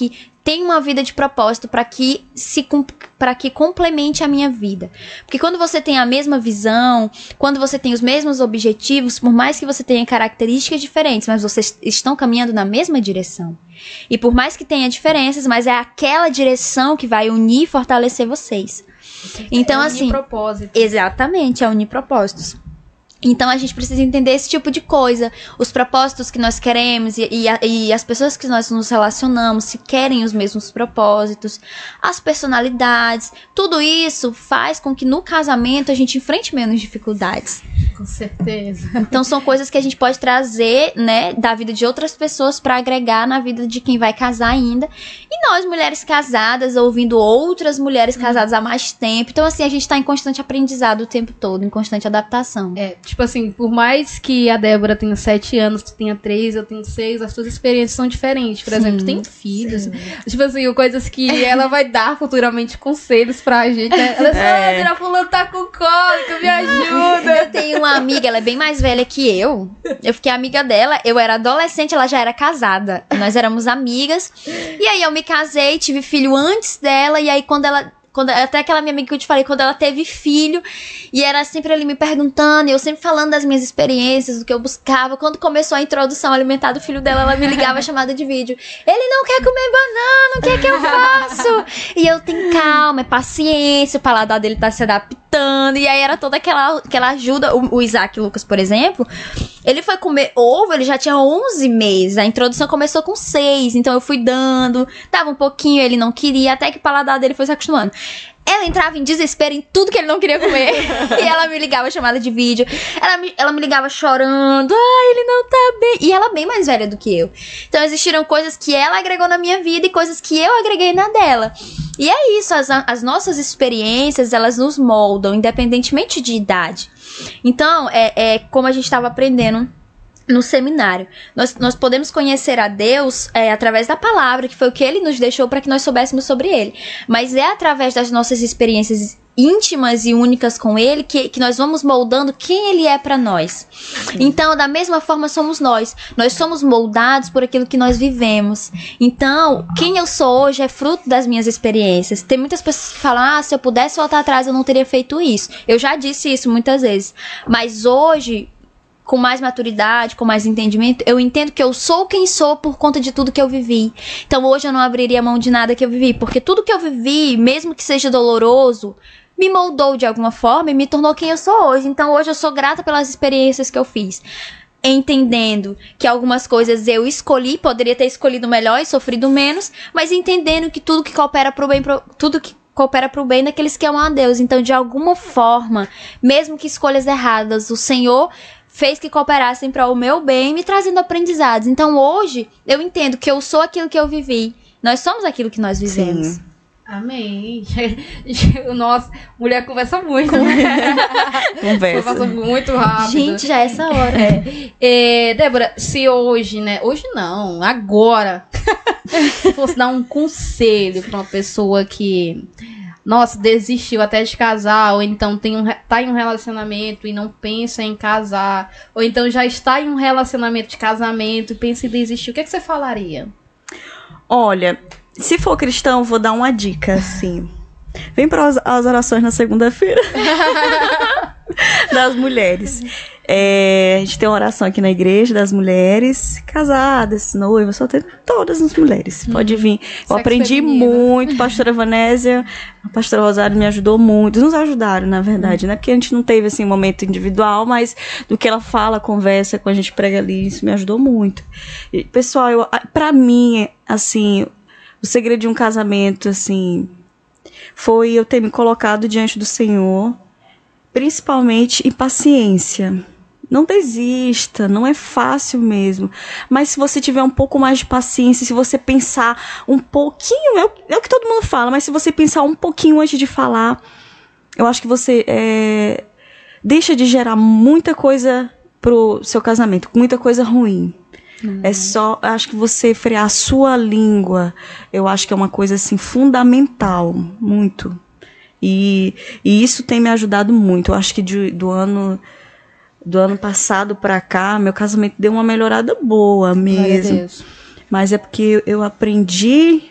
tenha uma vida de propósito para que se para que complemente a minha vida. Porque quando você tem a mesma visão, quando você tem os mesmos objetivos, por mais que você tenha características diferentes, mas vocês estão caminhando na mesma direção. E por mais que tenha diferenças, mas é aquela direção que vai unir e fortalecer vocês. Então, é assim, unir propósito. Exatamente, é unir propósitos. Então a gente precisa entender esse tipo de coisa, os propósitos que nós queremos e, e, e as pessoas que nós nos relacionamos, se querem os mesmos propósitos, as personalidades, tudo isso faz com que no casamento a gente enfrente menos dificuldades. Com certeza. Então são coisas que a gente pode trazer, né, da vida de outras pessoas para agregar na vida de quem vai casar ainda. E nós, mulheres casadas, ouvindo outras mulheres casadas há mais tempo. Então assim, a gente tá em constante aprendizado o tempo todo, em constante adaptação. É, tipo assim, por mais que a Débora tenha sete anos, tu tenha três, eu tenho seis, as suas experiências são diferentes. Por Sim, exemplo, tu tem filhos. sim. Tipo assim, coisas que ela vai dar futuramente conselhos pra gente, né? Ela É. fala, ah, fulano tá com cólica, me ajuda. Eu tenho uma amiga, ela é bem mais velha que eu. Eu fiquei amiga dela, eu era adolescente, ela já era casada. Nós éramos amigas. E aí eu me casei, tive filho antes dela, e aí quando ela... Quando, até aquela minha amiga que eu te falei, quando ela teve filho, e era sempre ali me perguntando, e eu sempre falando das minhas experiências, do que eu buscava. Quando começou a introdução alimentar do filho dela, ela me ligava chamada de vídeo. Ele não quer comer banana, o que é que eu faço? E eu tenho calma, é paciência, o paladar dele tá se adaptando, e aí era toda aquela, aquela ajuda. O, o Isaac Lucas, por exemplo, ele foi comer ovo, ele já tinha onze meses, a introdução começou com seis, então eu fui dando, dava um pouquinho, ele não queria, até que o paladar dele foi se acostumando. Ela entrava em desespero em tudo que ele não queria comer. E ela me ligava chamada de vídeo. Ela me, ela me ligava chorando. Ai, ele não tá bem. E ela é bem mais velha do que eu. Então existiram coisas que ela agregou na minha vida e coisas que eu agreguei na dela. E é isso, as, as nossas experiências, elas nos moldam, independentemente de idade. Então, é, é como a gente estava aprendendo no seminário. Nós, nós podemos conhecer a Deus é, através da palavra, que foi o que Ele nos deixou para que nós soubéssemos sobre Ele. Mas é através das nossas experiências íntimas e únicas com Ele que, que nós vamos moldando quem Ele é para nós. Então, da mesma forma somos nós. Nós somos moldados por aquilo que nós vivemos. Então, quem eu sou hoje é fruto das minhas experiências. Tem muitas pessoas que falam, ah, se eu pudesse voltar atrás eu não teria feito isso. Eu já disse isso muitas vezes. Mas hoje, com mais maturidade, com mais entendimento, eu entendo que eu sou quem sou por conta de tudo que eu vivi. Então hoje eu não abriria mão de nada que eu vivi, porque tudo que eu vivi, mesmo que seja doloroso, me moldou de alguma forma e me tornou quem eu sou hoje. Então hoje eu sou grata pelas experiências que eu fiz, entendendo que algumas coisas eu escolhi, poderia ter escolhido melhor e sofrido menos, mas entendendo que tudo que coopera pro bem, pro, tudo que coopera para o bem daqueles que amam a Deus. Então, de alguma forma, mesmo que escolhas erradas, o Senhor fez que cooperassem para o meu bem, me trazendo aprendizados. Então, hoje, eu entendo que eu sou aquilo que eu vivi. Nós somos aquilo que nós vivemos. Sim. Amém. Nossa, mulher conversa muito, né? Conversa. Conversa muito rápido. Gente, já é essa hora. É. É, Débora, se hoje, né? Hoje não, agora. Fosse dar um conselho para uma pessoa que, nossa, desistiu até de casar, ou então tem um, tá em um relacionamento e não pensa em casar, ou então já está em um relacionamento de casamento e pensa em desistir, o que, é que você falaria? Olha, se for cristão, vou dar uma dica, assim. Vem para as orações na segunda-feira das mulheres. É, a gente tem uma oração aqui na igreja das mulheres casadas, noivas, só tem todas as mulheres. Hum. Pode vir. Eu Sexo aprendi feminino. muito, pastora Vanésia, a pastora Rosário me ajudou muito. Nos ajudaram, na verdade, hum. né? Porque a gente não teve assim um momento individual, mas do que ela fala, conversa, quando a gente prega ali, isso me ajudou muito. E, pessoal, eu, pra mim, assim, o segredo de um casamento, assim, foi eu ter me colocado diante do Senhor, principalmente em paciência. Não desista, não é fácil mesmo. Mas se você tiver um pouco mais de paciência, se você pensar um pouquinho, é o, é o que todo mundo fala, mas se você pensar um pouquinho antes de falar, eu acho que você é, deixa de gerar muita coisa pro seu casamento, muita coisa ruim. Uhum. É só, acho que você frear a sua língua, eu acho que é uma coisa assim fundamental, muito. E, e isso tem me ajudado muito. Eu acho que de, do ano do ano passado pra cá, meu casamento deu uma melhorada boa mesmo. Mas é porque eu aprendi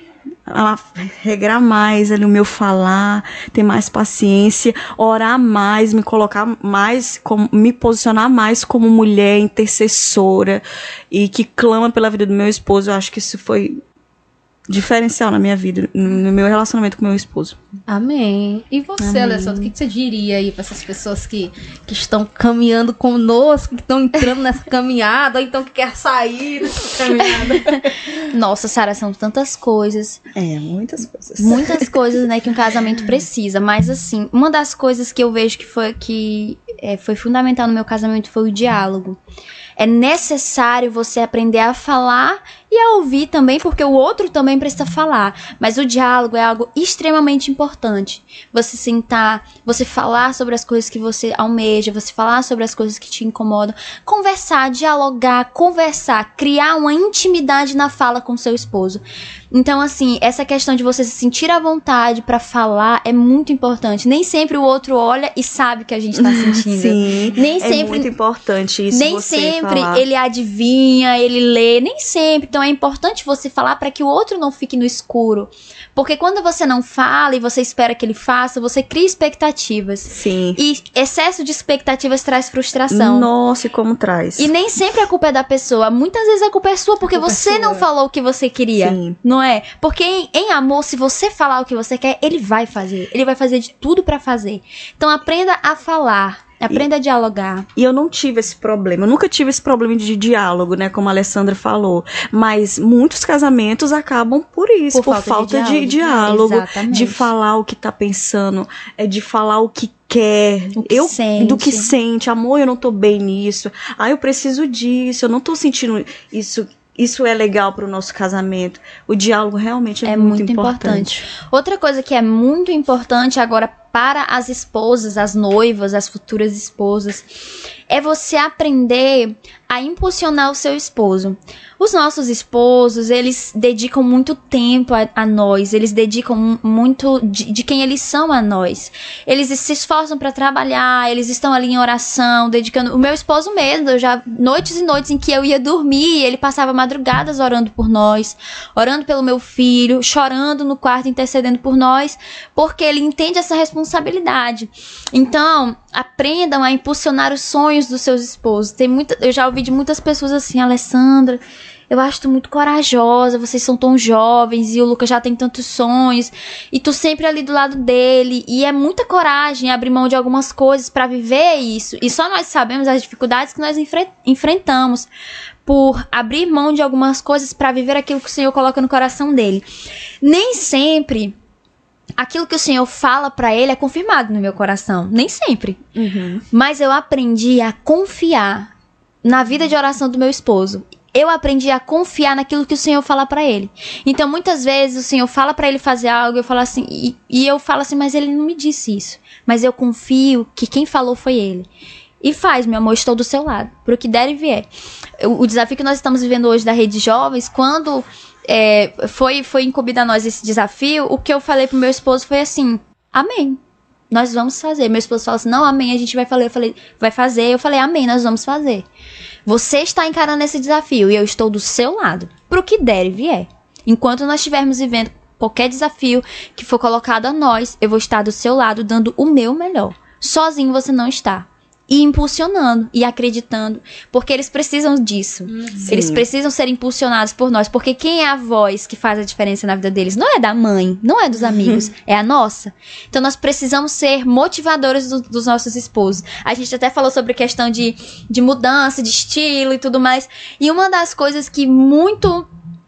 a regrar mais ali o meu falar, ter mais paciência, orar mais, me colocar mais, como, me posicionar mais como mulher intercessora e que clama pela vida do meu esposo. Eu acho que isso foi diferencial na minha vida, no meu relacionamento com meu esposo. Amém. E você, Amém. Alessandra, o que você diria aí para essas pessoas que, que estão caminhando conosco, que estão entrando nessa caminhada, ou então que quer sair dessa caminhada? Nossa, Sara, são tantas coisas. É, muitas coisas. Muitas coisas, né, que um casamento precisa. Mas, assim, uma das coisas que eu vejo que foi, que, é, foi fundamental no meu casamento foi o diálogo. É necessário você aprender a falar e a ouvir também, porque o outro também precisa falar. Mas o diálogo é algo extremamente importante. Você sentar, você falar sobre as coisas que você almeja, você falar sobre as coisas que te incomodam. Conversar, dialogar, conversar, criar uma intimidade na fala com seu esposo. Então, assim, essa questão de você se sentir à vontade pra falar é muito importante. Nem sempre o outro olha e sabe o que a gente tá sentindo. Sim, nem é sempre, muito importante isso. Nem você sempre falar. ele adivinha, ele lê, nem sempre. Então é importante você falar para que o outro não fique no escuro. Porque quando você não fala e você espera que ele faça, você cria expectativas. Sim. E excesso de expectativas traz frustração. Nossa, e como traz. E nem sempre a culpa é da pessoa. Muitas vezes a culpa é sua porque você é não sua. falou o que você queria. Sim. Não é? Porque em, em amor, se você falar o que você quer, ele vai fazer. Ele vai fazer de tudo pra fazer. Então aprenda a falar. Aprenda a dialogar. E eu não tive esse problema. Eu nunca tive esse problema de diálogo, né? Como a Alessandra falou. Mas muitos casamentos acabam por isso. Por, Por falta, falta de de diálogo. diálogo. Exatamente. De falar o que tá pensando. É de falar o que quer. O que eu, sente. Do que sente. Amor, eu não tô bem nisso. Ah, eu preciso disso. Eu não tô sentindo isso. Isso é legal pro nosso casamento. O diálogo realmente é, É muito, muito importante. importante. Outra coisa que é muito importante agora para as esposas, as noivas, as futuras esposas, é você aprender a impulsionar o seu esposo. Os nossos esposos, eles dedicam muito tempo a, a nós, eles dedicam muito de, de quem eles são a nós. Eles se esforçam para trabalhar, eles estão ali em oração, dedicando... O meu esposo mesmo, eu já... Noites e noites em que eu ia dormir, ele passava madrugadas orando por nós, orando pelo meu filho, chorando no quarto, intercedendo por nós, porque ele entende essa responsabilidade. Então, aprendam a impulsionar os sonhos dos seus esposos. Tem muita, eu já ouvi de muitas pessoas assim, Alessandra, eu acho tu muito corajosa, vocês são tão jovens e o Lucas já tem tantos sonhos e tu sempre ali do lado dele, e é muita coragem abrir mão de algumas coisas pra viver isso, e só nós sabemos as dificuldades que nós enfre- enfrentamos por abrir mão de algumas coisas pra viver aquilo que o Senhor coloca no coração dele. Nem sempre aquilo que o Senhor fala pra ele é confirmado no meu coração, nem sempre. Uhum. Mas eu aprendi a confiar na vida de oração do meu esposo. Eu aprendi a confiar naquilo que o Senhor fala pra ele. Então, muitas vezes, o Senhor fala pra ele fazer algo, eu falo assim, e, e eu falo assim, mas ele não me disse isso. Mas eu confio que quem falou foi ele. E faz, meu amor, estou do seu lado, pro que der e vier. O, o desafio que nós estamos vivendo hoje da Rede de Jovens, quando é, foi, foi incumbido a nós esse desafio, o que eu falei pro meu esposo foi assim, amém. Nós vamos fazer. Meu esposo falou assim, não, amém, a gente vai fazer. Eu falei, vai fazer. Eu falei, amém, nós vamos fazer. Você está encarando esse desafio e eu estou do seu lado, pro que der e vier. Enquanto nós estivermos vivendo qualquer desafio que for colocado a nós, eu vou estar do seu lado, dando o meu melhor. Sozinho você não está. E impulsionando e acreditando, porque eles precisam disso. Sim. Eles precisam ser impulsionados por nós, porque quem é a voz que faz a diferença na vida deles? Não é da mãe, não é dos amigos, é a nossa. Então nós precisamos ser motivadores do, dos nossos esposos. A gente até falou sobre a questão de, de mudança, de estilo e tudo mais. E uma das coisas que muito...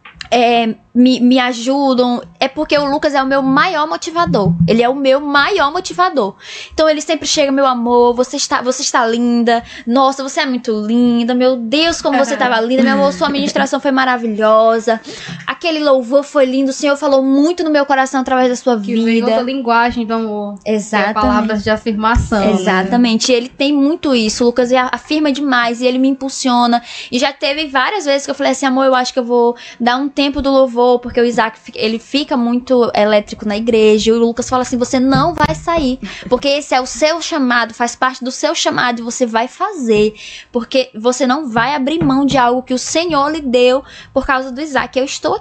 É, me, me ajudam, é porque o Lucas é o meu maior motivador. Ele é o meu maior motivador. Então ele sempre chega, meu amor, você está, você está linda. Nossa, você é muito linda. Meu Deus, como você estava linda. Meu amor, sua ministração foi maravilhosa. Aquele louvor foi lindo. O Senhor falou muito no meu coração através da sua Que vida. veio outra linguagem do amor. Exatamente. Que é palavras de afirmação. Exatamente. Ele tem muito isso. O Lucas afirma demais e ele me impulsiona. E já teve várias vezes que eu falei assim, amor, eu acho que eu vou dar um tempo do louvor, porque o Isaac, ele fica muito elétrico na igreja, e o Lucas fala assim, você não vai sair, porque esse é o seu chamado, faz parte do seu chamado, e você vai fazer, porque você não vai abrir mão de algo que o Senhor lhe deu por causa do Isaac. Eu estou aqui.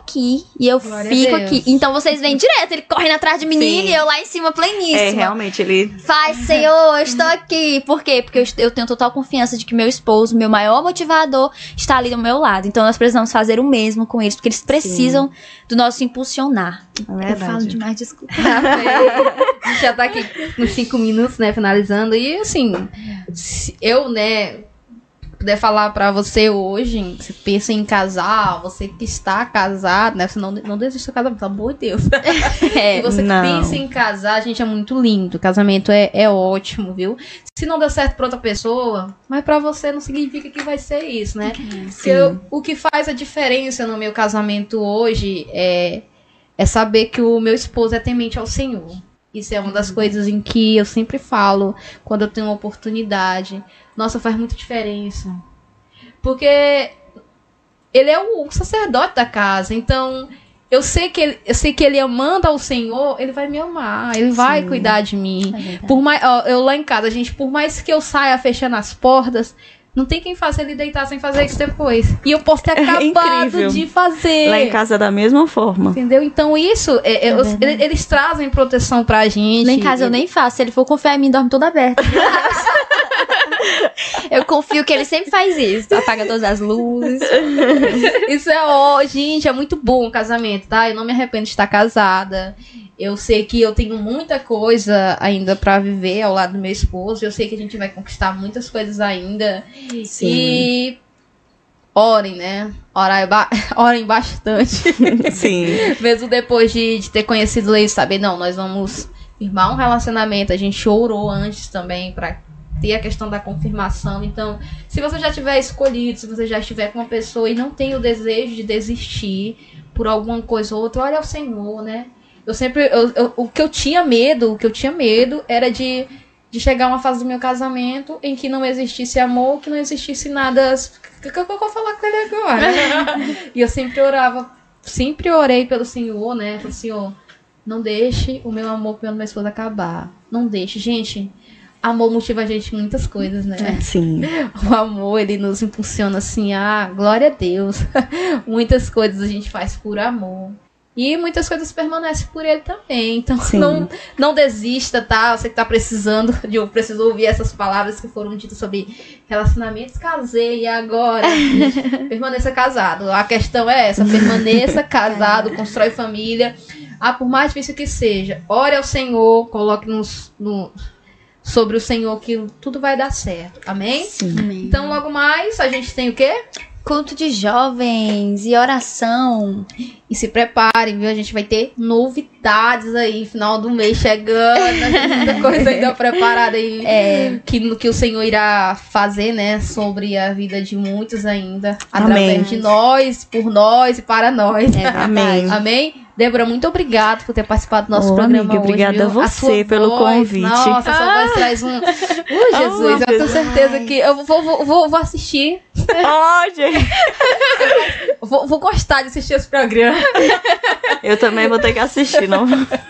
aqui e eu Glória fico a Deus. aqui. Então vocês vêm direto, ele correndo atrás de menino Sim. e eu lá em cima pleníssima. É, realmente, ele... Faz, Senhor, eu estou aqui. Por quê? Porque eu, eu tenho total confiança de que meu esposo, meu maior motivador, está ali do meu lado. Então nós precisamos fazer o mesmo com eles, porque eles precisam do nosso impulsionar. É Eu verdade. falo demais, desculpa. A gente já tá aqui nos cinco minutos, né, finalizando. E assim, se eu, né, puder falar pra você hoje, você pensa em casar, você que está casado, né, você não, não desista do casamento, pelo amor de Deus. É, E você que não. pensa em casar, gente, é muito lindo. Casamento é, é ótimo, viu? Se não deu certo pra outra pessoa, mas pra você não significa que vai ser isso, né? Porque eu- o que faz a diferença no meu casamento hoje é, é saber que o meu esposo é temente ao Senhor. Isso é uma das coisas em que eu sempre falo quando eu tenho uma oportunidade. Nossa, faz muita diferença. Porque ele é o sacerdote da casa, então eu sei que ele, eu sei que ele amando ao Senhor, ele vai me amar, ele vai Sim. cuidar de mim. É verdade. Por mais, ó, eu lá em casa, gente, por mais que eu saia fechando as portas, não tem quem faça ele deitar sem fazer isso depois. E eu posso ter É acabado incrível. de fazer. Lá em casa é da mesma forma. Entendeu? Então isso, é, é, É os- verdade. eles, eles trazem proteção pra gente. Lá em casa eu nem faço. Se ele for confiar em mim, dorme todo aberto. Eu confio que ele sempre faz isso. Apaga todas as luzes. Isso é, ó, gente, é muito bom o casamento, tá? Eu não me arrependo de estar casada. Eu sei que eu tenho muita coisa ainda pra viver ao lado do meu esposo. Eu sei que a gente vai conquistar muitas coisas ainda. Sim. E orem, né? Orai ba- Orem bastante. Sim. Mesmo depois de, de ter conhecido eles, saber, não, nós vamos firmar um relacionamento. A gente orou antes também pra ter a questão da confirmação. Então, se você já tiver escolhido, se você já estiver com uma pessoa e não tem o desejo de desistir por alguma coisa ou outra, olha ao Senhor, né? Eu sempre, eu- eu- o que eu tinha medo, o que eu tinha medo era de, de chegar uma fase do meu casamento em que não existisse amor, que não existisse nada. O que que eu vou falar com ele agora? E eu sempre orava, sempre orei pelo Senhor, né? Pelo Senhor, não deixe o meu amor pelo meu esposo acabar. Não deixe. Gente, amor motiva a gente em muitas coisas, né? Sim. O amor, ele nos impulsiona assim, ah, glória a Deus. Muitas coisas a gente faz por amor. E muitas coisas permanecem por ele também. Então, Sim. não, não desista, tá? Você que tá precisando, de, eu preciso ouvir essas palavras que foram ditas sobre relacionamentos. Casei e agora? Gente, permaneça casado. A questão é essa, permaneça casado, constrói família. Ah, por mais difícil que seja, ore ao Senhor, coloque nos, no, sobre o Senhor que tudo vai dar certo. Amém? Sim. Então, logo mais, a gente tem o quê? Culto de jovens e oração. E se preparem, viu? A gente vai ter novidades aí, final do mês chegando. Muita coisa ainda preparada aí. É. Que, que o Senhor irá fazer, né? Sobre a vida de muitos ainda. Através Amém. de nós, por nós e para nós. É verdade. Amém. Amém? Débora, muito obrigada por ter participado do nosso Ô, programa amiga, hoje. obrigada viu? a A você sua pelo voz, convite. Nossa, a sua voz traz um... Uh, Jesus, eu tenho certeza que... Eu vou, vou, vou, vou assistir. Ó, gente. Vou, vou gostar de assistir esse programa. Eu também vou ter que assistir, não?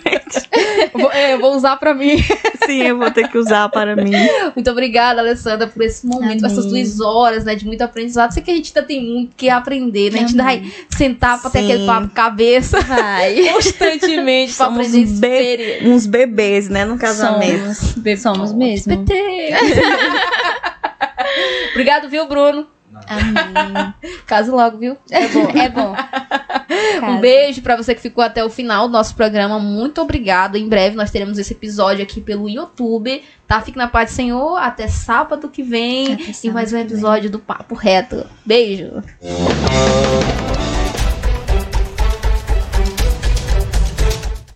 Vou, é, vou usar pra mim. Sim, eu vou ter que usar para mim. Muito obrigada, Alessandra, por esse momento, Amém. essas duas horas, né, de muito aprendizado. Sei que a gente ainda tem muito que aprender, né? A gente ainda vai sentar pra ter Sim. aquele papo cabeça Vai. constantemente pra Somos aprender be- experiência. uns bebês, né, no casamento. Somos. Somos mesmo. Obrigado, viu, Bruno? Amém. Caso logo, viu? É bom, é bom. Um beijo pra você que ficou até o final do nosso programa. Muito obrigado. Em breve nós teremos esse episódio aqui pelo YouTube, tá? Fique na paz do Senhor. Até sábado que vem. Até E sábado mais um que vem. episódio do Papo Reto. Beijo.